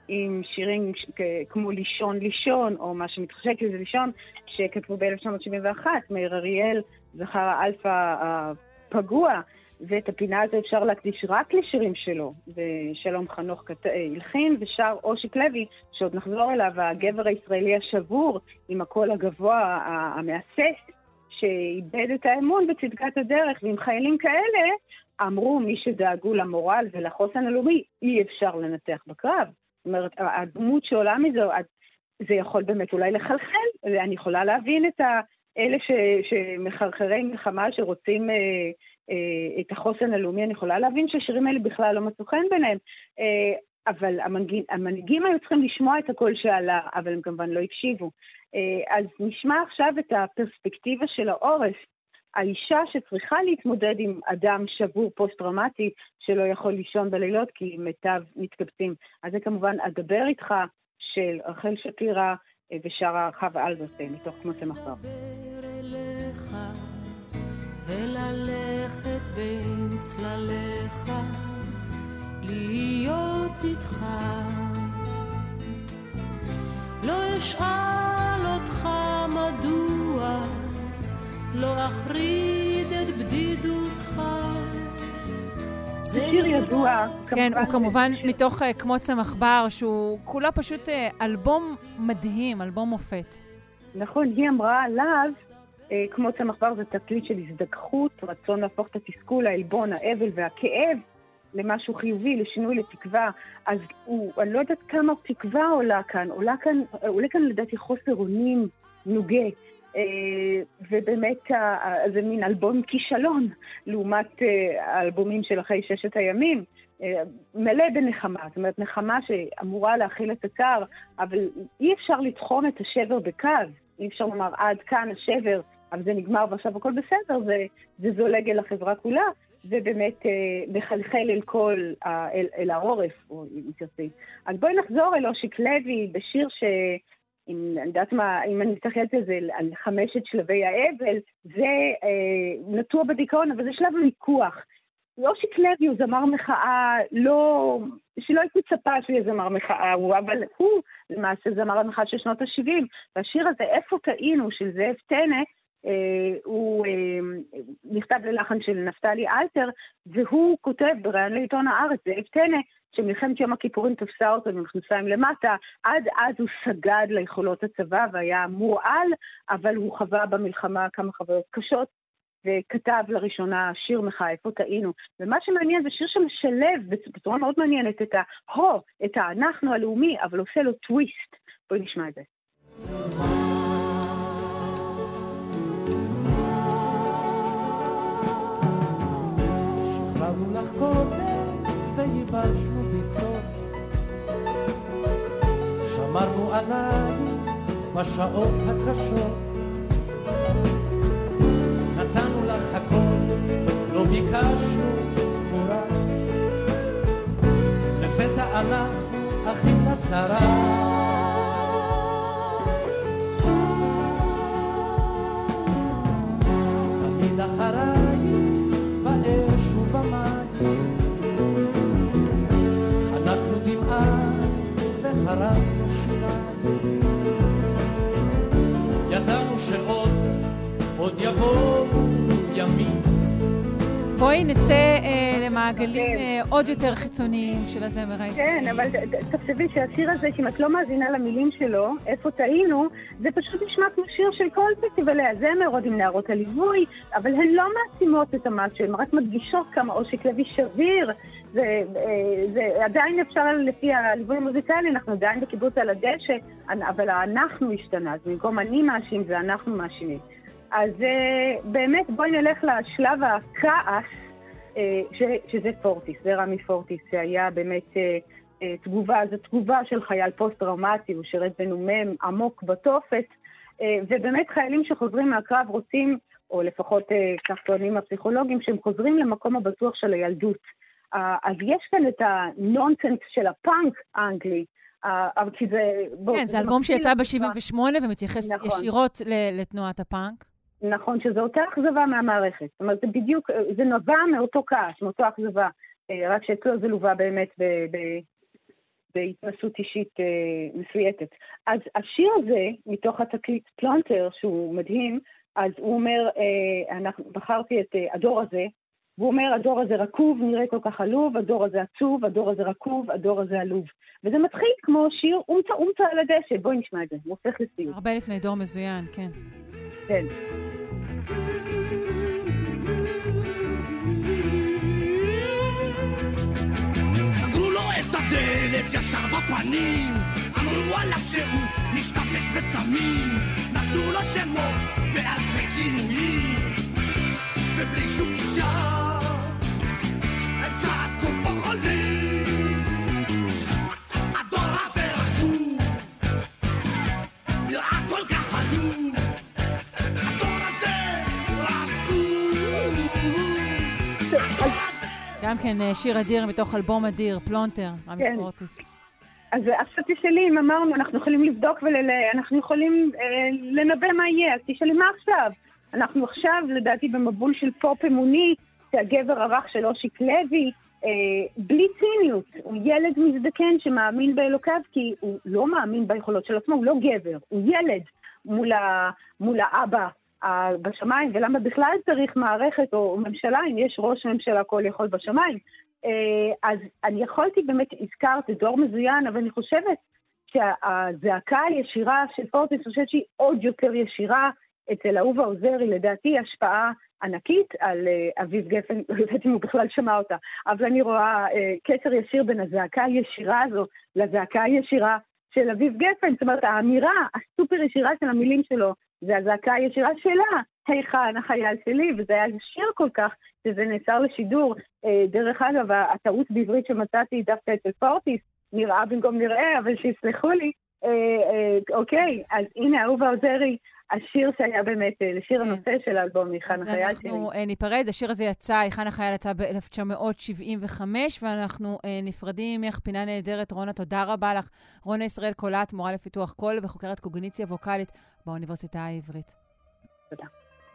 עם שירים כמו לישון לישון, או מה שמתחשק לזה לישון, שכתבו ב-1971, מאיר אריאל, זכר האלפא הפגוע, ואת הפינה הזו אפשר להקדיש רק לשירים שלו. ושלום חנוך הלחין, ושר אושיק לוי, שעוד נחזור אליו, הגבר הישראלי השבור, עם הקול הגבוה המאסף, שאיבד את האמון בצדקת הדרך, ועם חיילים כאלה, אמרו מי שדאגו למורל ולחוסן הלאומי, אי אפשר לנתח בקרב. זאת אומרת, הדמות שעולה מזו, זה יכול באמת אולי לחלחל, ואני יכולה להבין את אלה שמחרחרי מלחמה שרוצים את החוסן הלאומי, אני יכולה להבין שהשירים האלה בכלל לא מצאו חן ביניהם, אבל המנהיגים היו צריכים לשמוע את הקול שעלה, אבל הם כמובן לא הקשיבו. אז נשמע עכשיו את הפרספקטיבה של העורף, האישה שצריכה להתמודד עם אדם שבור פוסט-טראומטי שלא יכול לישון בלילות כי מיטב מתקבצים. אז זה כמובן אדבר איתך של רחל שפירא ושרה חווה אלברשטיין מתוך כמו צמח בר. וללכת בין צלליך להיות איתך, לא אשאל אותך מדוע, לא אחריד את בדידותך. זה שיר ידוע. כן, הוא כמובן מתוך כמו צמח בר, שהוא כולה פשוט אלבום מדהים, אלבום מופת. נכון, היא אמרה עליו, כמו צמח בר זה תקליט של הזדככות, רצון להפוך את התסכול, העלבון, האבל והכאב למשהו חיובי, לשינוי, לתקווה. אז אני לא יודעת כמה תקווה עולה כאן לדעתי חוסר אונים נוגה. ובאמת זה מין אלבום כישלון לעומת האלבומים של אחרי ששת הימים, מלא בנחמה, זאת אומרת נחמה שאמורה להכיל את הצער, אבל אי אפשר לתחום את השבר בקו, אי אפשר לומר עד כאן השבר, אבל זה נגמר ועכשיו הכל בסדר, זה זולג אל החברה כולה, ובאמת מחלחל אל העורף, או אם תרצי. אז בואי נחזור אל אושיק לוי בשיר אם אני מסתכלת על זה, על 5 שלבי האבל, זה נטוע בדיכאון, אבל זה שלב המיקוח. אושיק לוי הוא זמר מחאה, שלא הייתי מצפה שהוא יהיה זמר מחאה, אבל הוא למעשה זמר המחאה של שנות ה-70, והשיר הזה, איפה טעינו, של זאב טנא, הוא נכתב ללחן של נפתלי אלתר, והוא כותב בראיון לעיתון הארץ, זאב טנא, שמלחמת יום הכיפורים תפסה אותו במכנסיים למטה, עד אז הוא סגד ליכולות הצבא והיה מורעל, אבל הוא חווה במלחמה כמה חוויות קשות, וכתב לראשונה שיר מחאה, איפה טעינו. ומה שמעניין זה שיר שמשלב בצורה מאוד מעניינת את האנחנו הלאומי, אבל עושה לו טוויסט. בואי נשמע את זה. שחררנו לך קודם וייבשנו ביצות, שמרנו עלייך בשעות הקשות, נתנו לך הכל, לא ביקשנו תמורה, לפתע הלך אחים לצרה. תמיד אחרייך באש ובמים, חנקנו דמעה וחרקנו שיריים, ידענו שעוד יבואו ימים. בואי נצא למעגלים עוד יותר חיצוניים של הזמר הישראלי. כן, אבל תחשבי שהשיר הזה, אם את לא מאזינה למילים שלו, איפה טעינו, זה פשוט נשמע כמו שיר של כל פסטיבלי הזמר, עוד עם נערות הליווי, אבל הן לא מעצימות את המס שלהם, רק מדגישות כמה אושיק לוי שביר. זה עדיין אפשר לפי הליווי המוזיקלי, אנחנו עדיין בקיבוץ על הדשא, אבל אנחנו השתנה, אז במקום אני מאשים זה אנחנו מאשימים. אז באמת בואי נלך לשלב הכעס, שזה פורטיס, זה רמי פורטיס, שהיה באמת תגובה, זו תגובה של חייל פוסט-טראומטי, הוא שירת בנומם עמוק בתופת, ובאמת חיילים שחוזרים מהקרב רוצים, או לפחות כך טוענים הפסיכולוגים, שהם חוזרים למקום הבטוח של הילדות. אז יש כאן את הנונסנס של הפאנק האנגלי, כן, זה אלבום שיצא ב-78 ומתייחס ישירות לתנועת הפאנק. נכון, שזו אותה אכזבה מהמערכת. זאת אומרת, זה בדיוק, זה נובע מאותו כעס, מאותו אכזבה. רק שאצלו זה לובה באמת בהתנסות אישית מסויטת. אז השיר הזה, מתוך התקליט פלונטר, שהוא מדהים, אז הוא אומר, בחרתי את הדור הזה, והוא אומר, הדור הזה רקוב, נראה כל כך עלוב, הדור הזה עצוב, הדור הזה רקוב, הדור הזה עלוב. וזה מתחיל כמו שיר אומצה על הדשא, בואי נשמע את זה, הוא הופך לסיום. הרבה לפני דור מזוין, כן. כן. סגרו לו את הדלת ישר בפנים, אמרו עליו שהוא משתמש בסמים, נתנו לו שמות ואלפי כינויים, ובלי שום גישה הם צעקו פה חולים. הדור הזה רקוב, נראה כל כך עלוב, הדור הזה רקוב. גם כן שיר אדיר מתוך אלבום אדיר, פלונטר, רמי פורטיס. אז עכשיו תשאלי, אם אמרנו, אנחנו יכולים לבדוק אנחנו יכולים לנבא מה יהיה, אז תשאלי מה עכשיו? אנחנו עכשיו, לדעתי, במבול של פופ אמוני, שהגבר הרך של אושיק לוי, בלי ציניות, הוא ילד מזדקן שמאמין באלוקיו, כי הוא לא מאמין ביכולות של עצמו, הוא לא גבר, הוא ילד מול האבא בשמיים, ולמה בכלל צריך מערכת או ממשלה, אם יש ראש ממשלה כל יכול בשמיים. אז אני יכולתי באמת, הזכרת את דור מזוין, אבל אני חושבת שהזעקה הישירה של פורטיס, אני חושבת שהיא עוד יותר ישירה, אצל אהובה עוזרי, לדעתי, השפעה ענקית על אביב גפן, לא יודעת אם הוא בכלל שמע אותה, אבל אני רואה קשר ישיר בין הזעקה הישירה הזו לזעקה הישירה של אביב גפן, זאת אומרת, האמירה הסופר ישירה של המילים שלו, זה הזעקה הישירה שלה, היכן החייל שלי, וזה היה שיר כל כך, שזה נאסר לשידור. דרך אגב, הטעות בעברית שמצאתי דווקא אצל פורטיס, נראה במקום נראה, אבל שיסלחו לי, אוקיי, אז הנה אהובה עוזרי, השיר שהיה באמת לשיר הנושא של האלבום, היכן החייל שלי. אז אנחנו ניפרד, השיר הזה יצא, היכן החייל יצא ב-1975, ואנחנו נפרדים ממך, פינה נהדרת. רונה, תודה רבה לך. רונה ישראל קולט, מורה לפיתוח קול וחוקרת קוגניציה ווקלית באוניברסיטה העברית. תודה.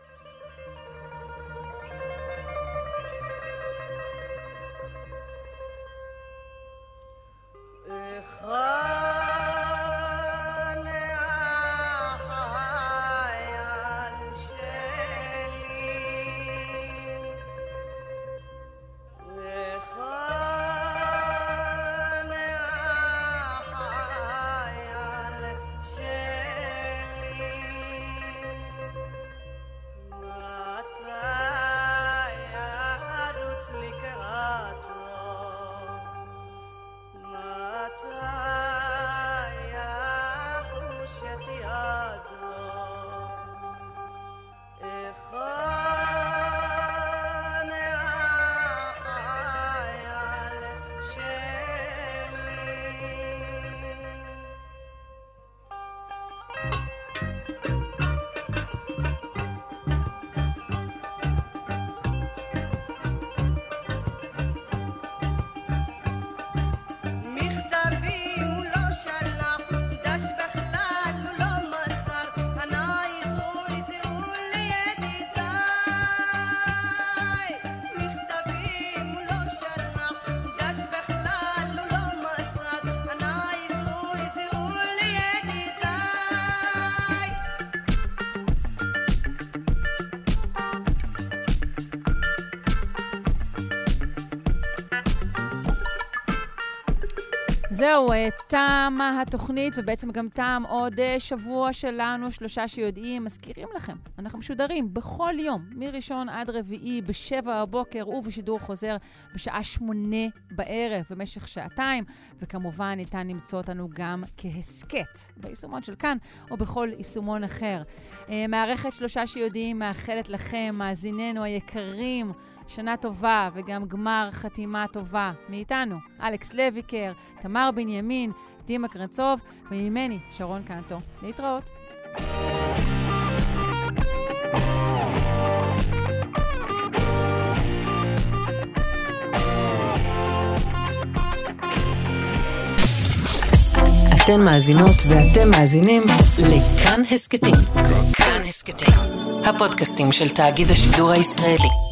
זהו, תמה התוכנית, ובעצם גם תם עוד שבוע שלנו, 3 שיודעים. מזכירים לכם, אנחנו משודרים בכל יום, מראשון עד רביעי, ב7 בבוקר, ובשידור חוזר בשעה 8 בערב, במשך 2 שעות, וכמובן ניתן למצוא אותנו גם כהסקט, ביישומון של כאן, או בכל יישומון אחר. מערכת 3 שיודעים מאחלת לכם, מאזיננו היקרים, שנה טובה וגם גמר חתימה טובה מאיתנו, אלכס לויקר, תמר בנימין, דימה קרנצוב, וממני, שרון קנטו. להתראות. אתן מאזינות ואתם מאזינים לכאן הסקטים. כאן הסקטים, הפודקאסטים של תאגיד השידור הישראלי.